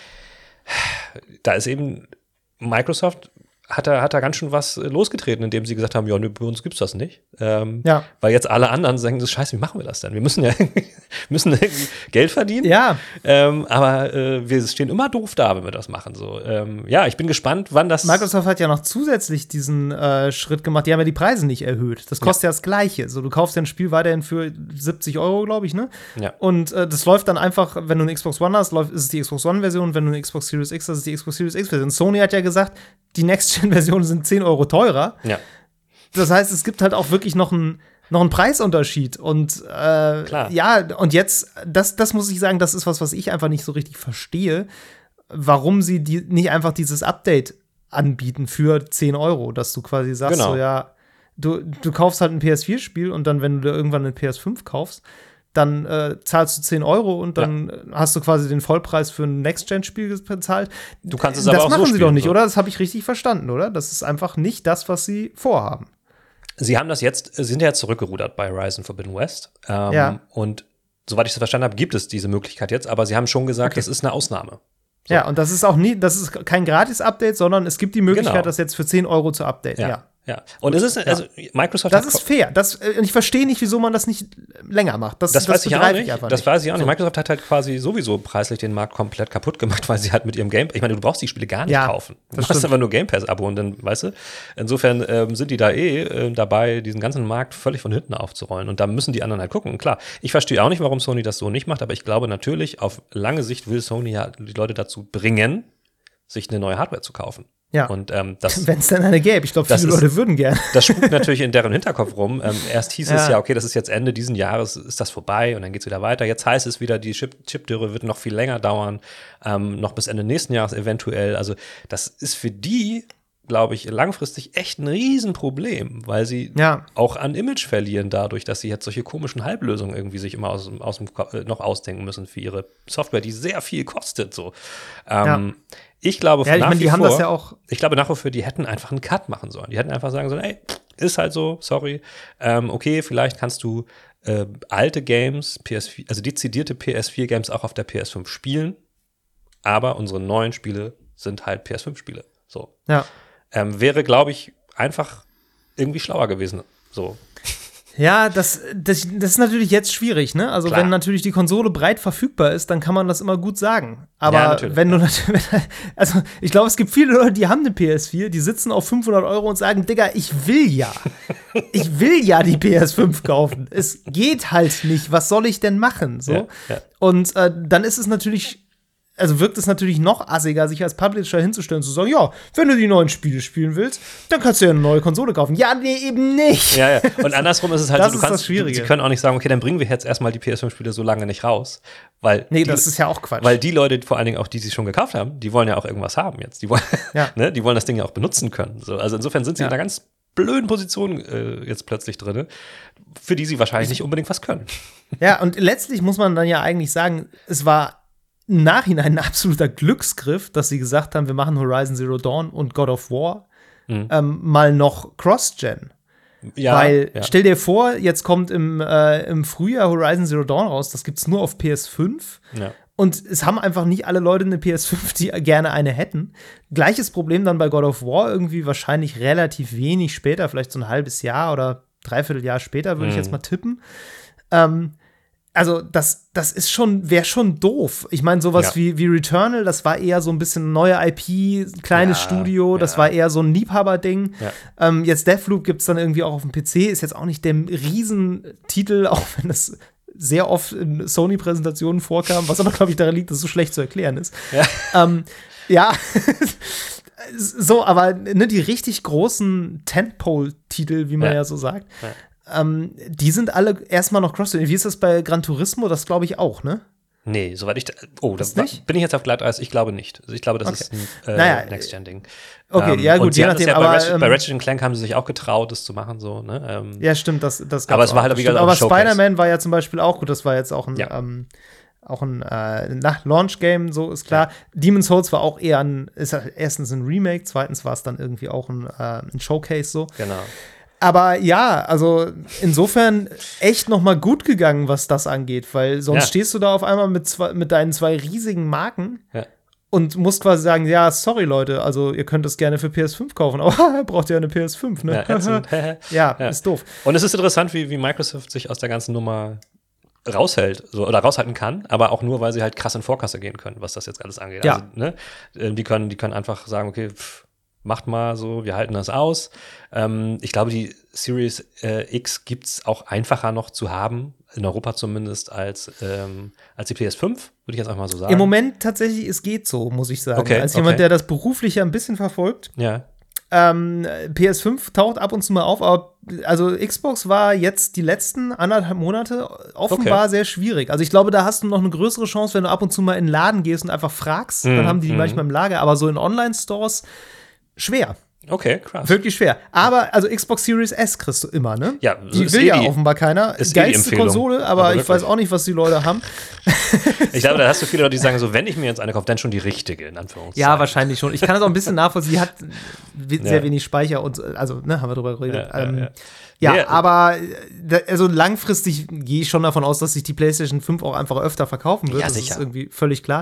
Speaker 1: da ist eben Microsoft hat da ganz schön was losgetreten, indem sie gesagt haben, ja, bei uns gibt's das nicht. Weil jetzt alle anderen sagen, das Scheiße, wie machen wir das denn? Wir müssen irgendwie Geld verdienen.
Speaker 2: Ja.
Speaker 1: Aber wir stehen immer doof da, wenn wir das machen. So, ich bin gespannt, wann das.
Speaker 2: Microsoft hat ja noch zusätzlich diesen Schritt gemacht. Die haben ja die Preise nicht erhöht. Das kostet ja das Gleiche. So, du kaufst ja ein Spiel weiterhin für 70 €, glaube ich, ne?
Speaker 1: Ja.
Speaker 2: Und das läuft dann einfach, wenn du eine Xbox One hast, ist es die Xbox One-Version. Wenn du eine Xbox Series X hast, ist es die Xbox Series X-Version. Sony hat ja gesagt, die Next-Gen-Versionen sind 10 € teurer.
Speaker 1: Ja.
Speaker 2: Das heißt, es gibt halt auch wirklich noch einen Preisunterschied. Und
Speaker 1: Klar.
Speaker 2: ja, und jetzt, das muss ich sagen, das ist was ich einfach nicht so richtig verstehe, warum sie nicht einfach dieses Update anbieten für 10 €, dass du quasi sagst,
Speaker 1: Genau.
Speaker 2: so ja, du kaufst halt ein PS4-Spiel und dann, wenn du irgendwann eine PS5 kaufst, dann zahlst du 10 € und dann hast du quasi den Vollpreis für ein Next-Gen-Spiel bezahlt.
Speaker 1: Du kannst es aber auch so
Speaker 2: Das machen sie doch nicht,
Speaker 1: so.
Speaker 2: oder? Das habe ich richtig verstanden, oder? Das ist einfach nicht das, was sie vorhaben.
Speaker 1: Sie sind ja jetzt zurückgerudert bei Horizon Forbidden West. Und soweit ich das verstanden habe, gibt es diese Möglichkeit jetzt, aber sie haben schon gesagt, das ist eine Ausnahme. So.
Speaker 2: Ja, und das ist kein Gratis-Update, sondern es gibt die Möglichkeit, das jetzt für 10 € zu updaten. Ja.
Speaker 1: Und es ist, also Microsoft
Speaker 2: das ist fair. Und ich verstehe nicht, wieso man das nicht länger macht. Das
Speaker 1: weiß ich auch nicht. Das weiß ich auch nicht.
Speaker 2: So.
Speaker 1: Microsoft hat halt quasi sowieso preislich den Markt komplett kaputt gemacht, weil sie halt mit ihrem Game, ich meine, du brauchst die Spiele gar nicht kaufen. Du hast einfach nur Game Pass-Abo und dann, weißt du, insofern sind die da dabei, diesen ganzen Markt völlig von hinten aufzurollen. Und da müssen die anderen halt gucken. Und klar, ich verstehe auch nicht, warum Sony das so nicht macht, aber ich glaube natürlich, auf lange Sicht will Sony ja die Leute dazu bringen, sich eine neue Hardware zu kaufen.
Speaker 2: Ja,
Speaker 1: und
Speaker 2: wenn es denn eine gäbe. Ich glaube, viele Leute würden gerne.
Speaker 1: Das spukt natürlich in deren Hinterkopf rum. Erst hieß es okay, das ist jetzt Ende diesen Jahres, ist das vorbei und dann geht es wieder weiter. Jetzt heißt es wieder, die Chipdürre wird noch viel länger dauern, noch bis Ende nächsten Jahres eventuell. Also das ist für die, glaube ich, langfristig echt ein Riesenproblem, weil sie auch an Image verlieren dadurch, dass sie jetzt solche komischen Halblösungen irgendwie sich immer noch ausdenken müssen für ihre Software, die sehr viel kostet. So. Ich glaube, ich glaube nach wie vor, die hätten einfach einen Cut machen sollen. Die hätten einfach sagen sollen, ey, ist halt so, sorry. Okay, vielleicht kannst du alte Games, PS4, also dezidierte PS4-Games auch auf der PS5 spielen, aber unsere neuen Spiele sind halt PS5-Spiele. So.
Speaker 2: Ja.
Speaker 1: Wäre, glaube ich, einfach irgendwie schlauer gewesen. So.
Speaker 2: Ja, das ist natürlich jetzt schwierig, ne? Also, wenn natürlich die Konsole breit verfügbar ist, dann kann man das immer gut sagen. Aber wenn du natürlich, also, ich glaube, es gibt viele Leute, die haben eine PS4, die sitzen auf 500 € und sagen, Digga, ich will ja die PS5 kaufen. Es geht halt nicht. Was soll ich denn machen? So. Ja. Und dann ist es natürlich, also wirkt es natürlich noch assiger, sich als Publisher hinzustellen und zu sagen, ja, wenn du die neuen Spiele spielen willst, dann kannst du ja eine neue Konsole kaufen. Ja, nee, eben nicht.
Speaker 1: Ja. Und andersrum ist es halt so,
Speaker 2: das Schwierige.
Speaker 1: Sie können auch nicht sagen, okay, dann bringen wir jetzt erstmal die PS5-Spiele so lange nicht raus. Weil
Speaker 2: das ist ja auch Quatsch.
Speaker 1: Weil die Leute, vor allen Dingen auch die sich schon gekauft haben, die wollen ja auch irgendwas haben jetzt. Die wollen, die wollen das Ding ja auch benutzen können. So, also insofern sind sie in einer ganz blöden Position jetzt plötzlich drin, für die sie wahrscheinlich nicht unbedingt was können.
Speaker 2: Ja, und letztlich muss man dann ja eigentlich sagen, es war im Nachhinein ein absoluter Glücksgriff, dass sie gesagt haben, wir machen Horizon Zero Dawn und God of War mal noch Cross-Gen. Weil, stell dir vor, jetzt kommt im Frühjahr Horizon Zero Dawn raus, das gibt's nur auf PS5. Ja. Und es haben einfach nicht alle Leute eine PS5, die gerne eine hätten. Gleiches Problem dann bei God of War, irgendwie wahrscheinlich relativ wenig später, vielleicht so ein halbes Jahr oder dreiviertel Jahr später, würde ich jetzt mal tippen. Also, das wäre schon doof. Ich meine, sowas wie Returnal, das war eher so ein bisschen neue IP, kleines Studio, das war eher so ein Liebhaberding. Ja. Jetzt Deathloop gibt's dann irgendwie auch auf dem PC, ist jetzt auch nicht der Riesentitel, auch wenn das sehr oft in Sony-Präsentationen vorkam, was aber, glaube ich, daran liegt, dass es so schlecht zu erklären ist. Ja. So, aber die richtig großen Tentpole-Titel, wie man ja so sagt, die sind alle erstmal noch Cross-Gen. Wie ist das bei Gran Turismo? Das glaube ich auch, ne?
Speaker 1: Nee, soweit ich. Bin ich jetzt auf Glatteis? Ich glaube nicht. Also ich glaube, das ist ein Next-Gen-Ding.
Speaker 2: Okay, ja, gut, je nachdem.
Speaker 1: Ja, bei Ratchet & Clank haben sie sich auch getraut, das zu machen, so, ne?
Speaker 2: Ja, stimmt, das
Speaker 1: aber es war halt wieder
Speaker 2: aber Spider-Man war ja zum Beispiel auch gut, das war jetzt auch ein Launch-Game, so ist klar. Ja. Demon's Souls war auch eher erstens ein Remake, zweitens war es dann irgendwie auch ein Showcase, so.
Speaker 1: Genau.
Speaker 2: Aber ja, also insofern echt noch mal gut gegangen, was das angeht, weil sonst stehst du da auf einmal mit deinen 2 riesigen Marken und musst quasi sagen, ja, sorry Leute, also ihr könnt es gerne für PS5 kaufen, aber braucht ihr eine PS5, ne? Ja, ist doof.
Speaker 1: Und es ist interessant, wie Microsoft sich aus der ganzen Nummer raushält, oder raushalten kann, aber auch nur, weil sie halt krass in Vorkasse gehen können, was das jetzt alles angeht.
Speaker 2: Ja.
Speaker 1: Also, ne, die können einfach sagen, okay, macht mal so, wir halten das aus. Ich glaube, die Series X gibt's auch einfacher noch zu haben, in Europa zumindest, als die PS5, würde ich jetzt einfach mal so sagen.
Speaker 2: Im Moment tatsächlich, es geht so, muss ich sagen. Als jemand, der das beruflich ja ein bisschen verfolgt.
Speaker 1: Ja.
Speaker 2: PS5 taucht ab und zu mal auf, aber also Xbox war jetzt die letzten 1,5 Monate offenbar sehr schwierig. Also ich glaube, da hast du noch eine größere Chance, wenn du ab und zu mal in den Laden gehst und einfach fragst, dann haben die manchmal im Lager, aber so in Online-Stores schwer.
Speaker 1: Okay, krass.
Speaker 2: Wirklich schwer. Aber, also Xbox Series S kriegst du immer, ne?
Speaker 1: Ja,
Speaker 2: die will ja offenbar keiner. Geilste Konsole, aber ich weiß auch nicht, was die Leute haben.
Speaker 1: Ich glaube, da hast du viele Leute, die sagen so, wenn ich mir jetzt eine kaufe, dann schon die richtige, in Anführungszeichen.
Speaker 2: Ja, wahrscheinlich schon. Ich kann das auch ein bisschen nachvollziehen. Sie hat sehr wenig Speicher und, also, ne, haben wir drüber geredet. Aber also langfristig gehe ich schon davon aus, dass sich die PlayStation 5 auch einfach öfter verkaufen wird.
Speaker 1: Ja,
Speaker 2: das
Speaker 1: sicher.
Speaker 2: ist irgendwie völlig klar.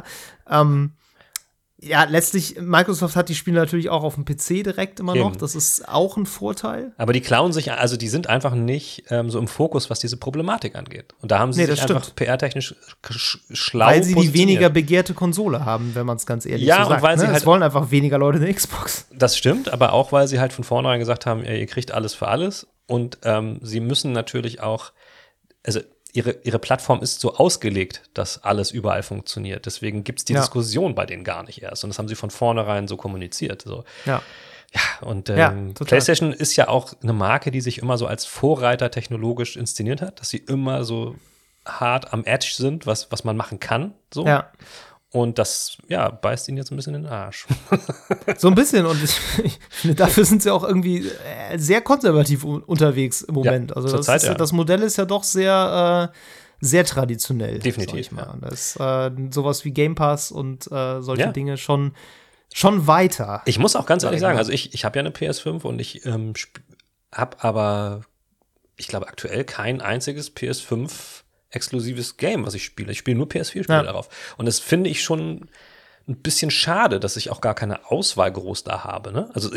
Speaker 2: Ja, letztlich, Microsoft hat die Spiele natürlich auch auf dem PC direkt immer noch. Das ist auch ein Vorteil.
Speaker 1: Aber die klauen sich, also die sind einfach nicht so im Fokus, was diese Problematik angeht. Und da haben sie sich einfach PR-technisch schlau
Speaker 2: weil sie die weniger begehrte Konsole haben, wenn man es ganz ehrlich so sagt.
Speaker 1: Und weil sie halt,
Speaker 2: es wollen einfach weniger Leute eine Xbox.
Speaker 1: Das stimmt, aber auch, weil sie halt von vornherein gesagt haben, ihr kriegt alles für alles. Und sie müssen natürlich auch, also ihre Plattform ist so ausgelegt, dass alles überall funktioniert. Deswegen gibt es die Diskussion bei denen gar nicht erst. Und das haben sie von vornherein so kommuniziert. So.
Speaker 2: Ja.
Speaker 1: Ja, und PlayStation ist ja auch eine Marke, die sich immer so als Vorreiter technologisch inszeniert hat, dass sie immer so hart am Edge sind, was man machen kann. So.
Speaker 2: Ja.
Speaker 1: Und das, beißt ihnen jetzt ein bisschen in den Arsch.
Speaker 2: So ein bisschen. Und ich finde, dafür sind sie auch irgendwie sehr konservativ unterwegs im Moment.
Speaker 1: Ja,
Speaker 2: also das Modell ist ja doch sehr, sehr traditionell.
Speaker 1: Definitiv.
Speaker 2: Das ist sowas wie Game Pass und solche Dinge schon weiter.
Speaker 1: Ich muss auch ganz ehrlich sagen, also ich habe ja eine PS5 und ich habe aber, ich glaube, aktuell kein einziges PS5 exklusives Game, was ich spiele. Ich spiele nur PS4-Spiele darauf. Und das finde ich schon ein bisschen schade, dass ich auch gar keine Auswahl groß da habe. Ne? Also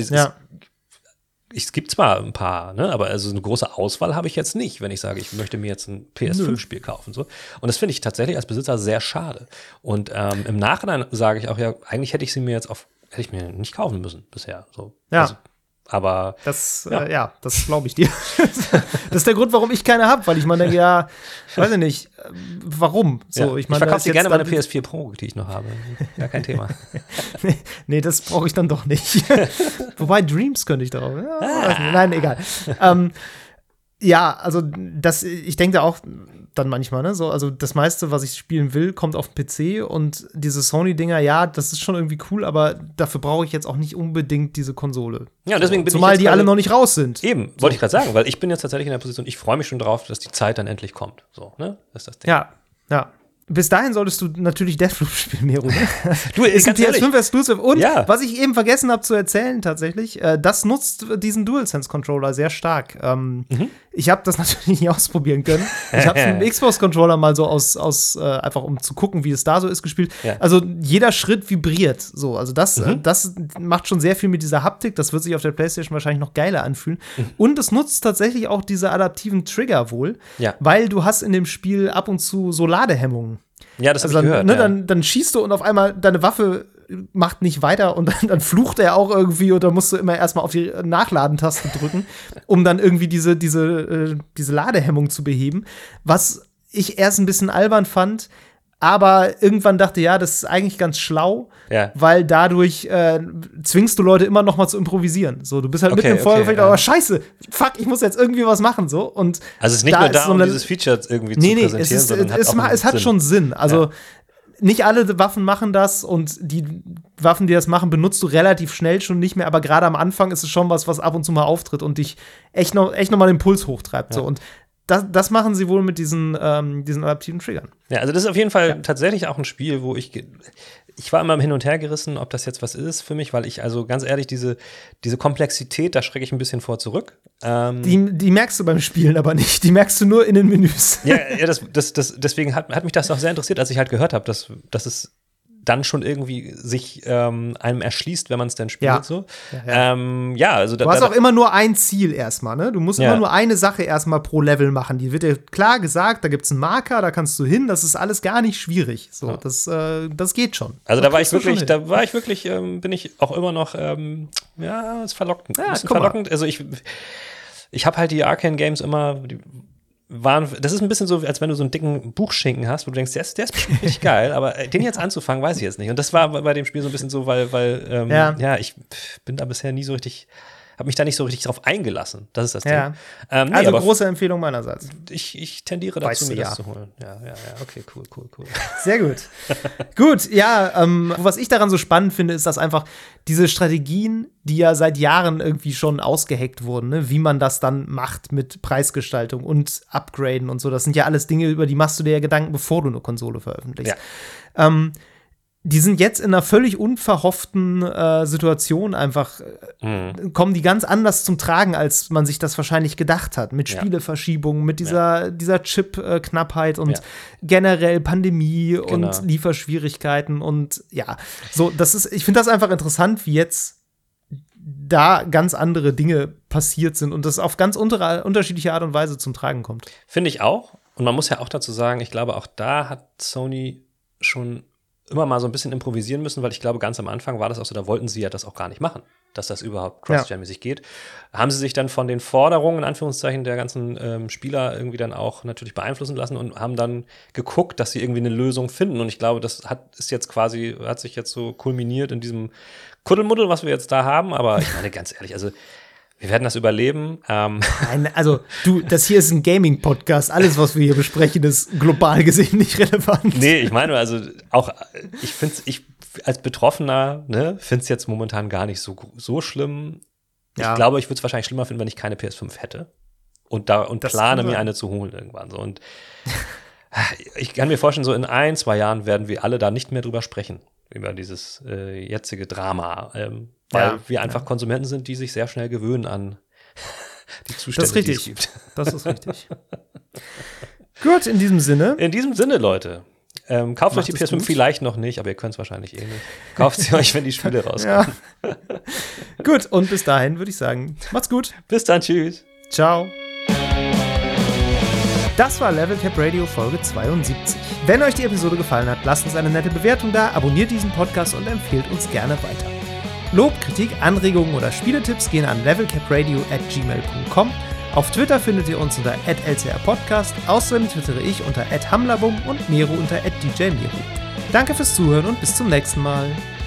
Speaker 1: es gibt zwar ein paar, ne? Aber also eine große Auswahl habe ich jetzt nicht, wenn ich sage, ich möchte mir jetzt ein PS5-Spiel kaufen. So. Und das finde ich tatsächlich als Besitzer sehr schade. Und im Nachhinein sage ich auch, eigentlich hätte ich mir nicht kaufen müssen bisher. So.
Speaker 2: Ja.
Speaker 1: Also, aber
Speaker 2: das glaube ich dir. Das ist der Grund, warum ich keine habe, weil ich meine, weiß ich nicht, warum? So,
Speaker 1: ich verkaufe dir gerne meine PS4 Pro, die ich noch habe. Ja, kein Thema.
Speaker 2: Nee, das brauche ich dann doch nicht. Wobei Dreams könnte ich darauf. Nein, egal. Also ich denke da auch dann manchmal, ne? So, also das meiste, was ich spielen will, kommt auf den PC und diese Sony-Dinger, das ist schon irgendwie cool, aber dafür brauche ich jetzt auch nicht unbedingt diese Konsole.
Speaker 1: Ja, deswegen bin
Speaker 2: zumal die alle noch nicht raus sind.
Speaker 1: Eben, wollte ich gerade sagen, weil ich bin jetzt tatsächlich in der Position, ich freue mich schon drauf, dass die Zeit dann endlich kommt. So, ne? Das ist das Ding.
Speaker 2: Ja. Bis dahin solltest du natürlich Deathloop spielen, Meru.
Speaker 1: Du,
Speaker 2: ist ein PS5-Exclusive. Und was ich eben vergessen habe zu erzählen, tatsächlich, das nutzt diesen DualSense-Controller sehr stark. Ich habe das natürlich nicht ausprobieren können. Ich habe einen Xbox-Controller mal so einfach um zu gucken, wie es da so ist, gespielt. Ja. Also jeder Schritt vibriert. So, also das macht schon sehr viel mit dieser Haptik. Das wird sich auf der PlayStation wahrscheinlich noch geiler anfühlen. Und es nutzt tatsächlich auch diese adaptiven Trigger wohl, weil du hast in dem Spiel ab und zu so Ladehemmungen.
Speaker 1: Ja, das habe ich gehört.
Speaker 2: Ne, dann schießt du und auf einmal deine Waffe macht nicht weiter und dann flucht er auch irgendwie und dann musst du immer erstmal auf die Nachladentaste drücken, um dann irgendwie diese Ladehemmung zu beheben. Was ich erst ein bisschen albern fand, aber irgendwann dachte, ja, das ist eigentlich ganz schlau, weil dadurch zwingst du Leute immer noch mal zu improvisieren. So, du bist halt mitten im Feuerfeld, aber scheiße, fuck, ich muss jetzt irgendwie was machen. So. Und
Speaker 1: also es ist nicht nur da, um dieses Feature irgendwie zu präsentieren, sondern
Speaker 2: es hat schon Sinn. Also nicht alle Waffen machen das und die Waffen, die das machen, benutzt du relativ schnell schon nicht mehr, aber gerade am Anfang ist es schon was ab und zu mal auftritt und dich echt noch mal den Puls hochtreibt. So. Und das machen sie wohl mit diesen adaptiven Triggern.
Speaker 1: Ja, also das ist auf jeden Fall tatsächlich auch ein Spiel, wo ich war immer hin und her gerissen, ob das jetzt was ist für mich, weil ich, also ganz ehrlich, diese Komplexität, da schrecke ich ein bisschen vor zurück.
Speaker 2: Die merkst du beim Spielen aber nicht, die merkst du nur in den Menüs.
Speaker 1: Ja, deswegen hat mich das auch sehr interessiert, als ich halt gehört habe, dass es dann schon irgendwie sich einem erschließt, wenn man es dann spielt. So. Also
Speaker 2: du hast auch immer nur ein Ziel erstmal, ne? Du musst immer nur eine Sache erstmal pro Level machen. Die wird dir klar gesagt, da gibt es einen Marker, da kannst du hin, das ist alles gar nicht schwierig. So, das geht schon.
Speaker 1: Also bin ich auch immer noch, ist verlockend.
Speaker 2: Ja,
Speaker 1: verlockend. Also ich habe halt die Arcane Games immer, das ist ein bisschen so, als wenn du so einen dicken Buchschinken hast, wo du denkst, der ist bestimmt richtig geil, aber den jetzt anzufangen, weiß ich jetzt nicht. Und das war bei dem Spiel so ein bisschen so, weil ich bin da bisher nie so richtig, habe mich da nicht so richtig drauf eingelassen. Das ist das Ding.
Speaker 2: Also große Empfehlung meinerseits.
Speaker 1: Ich tendiere dazu, mir das zu holen. Ja, okay, cool.
Speaker 2: Sehr gut. Gut, was ich daran so spannend finde, ist, dass einfach diese Strategien, die ja seit Jahren irgendwie schon ausgeheckt wurden, ne, wie man das dann macht mit Preisgestaltung und Upgraden und so, das sind ja alles Dinge, über die machst du dir ja Gedanken, bevor du eine Konsole veröffentlichst. Ja. Die sind jetzt in einer völlig unverhofften Situation einfach, kommen die ganz anders zum Tragen, als man sich das wahrscheinlich gedacht hat. Mit Spieleverschiebungen, mit dieser Chip-Knappheit und generell Pandemie und Lieferschwierigkeiten und ich finde das einfach interessant, wie jetzt da ganz andere Dinge passiert sind und das auf ganz unterschiedliche Art und Weise zum Tragen kommt.
Speaker 1: Finde ich auch. Und man muss ja auch dazu sagen, ich glaube, auch da hat Sony schon immer mal so ein bisschen improvisieren müssen, weil ich glaube, ganz am Anfang war das auch so, da wollten sie ja das auch gar nicht machen, dass das überhaupt cross-gen-mäßig geht. Haben sie sich dann von den Forderungen, in Anführungszeichen, der ganzen Spieler irgendwie dann auch natürlich beeinflussen lassen und haben dann geguckt, dass sie irgendwie eine Lösung finden. Und ich glaube, das hat sich jetzt so kulminiert in diesem Kuddelmuddel, was wir jetzt da haben. Aber ich meine, ganz ehrlich, also wir werden das überleben.
Speaker 2: Nein, also das hier ist ein Gaming-Podcast. Alles, was wir hier besprechen, ist global gesehen nicht relevant.
Speaker 1: Nee, ich meine, also auch, ich als Betroffener, ne, finde es jetzt momentan gar nicht so schlimm. Ja. Ich glaube, ich würde es wahrscheinlich schlimmer finden, wenn ich keine PS5 hätte. Und plane mir eine zu holen irgendwann. So. Und ich kann mir vorstellen, so in 1-2 Jahren werden wir alle da nicht mehr drüber sprechen, über dieses jetzige Drama. Weil wir einfach Konsumenten sind, die sich sehr schnell gewöhnen an die Zustände, die es gibt.
Speaker 2: Das ist richtig. Gut, in diesem Sinne.
Speaker 1: In diesem Sinne, Leute. Kauft euch die PS5 vielleicht noch nicht, aber ihr könnt es wahrscheinlich nicht. Kauft sie euch, wenn die Spiele rauskommen.
Speaker 2: Ja. Gut, und bis dahin würde ich sagen, macht's gut.
Speaker 1: Bis dann, tschüss.
Speaker 2: Ciao. Das war Level Cap Radio Folge 72. Wenn euch die Episode gefallen hat, lasst uns eine nette Bewertung da, abonniert diesen Podcast und empfehlt uns gerne weiter. Lob, Kritik, Anregungen oder Spieletipps gehen an levelcapradio@gmail.com. Auf Twitter findet ihr uns unter @lcrpodcast. Außerdem twittere ich unter @hamlabum und Mero unter @djmero. Danke fürs Zuhören und bis zum nächsten Mal.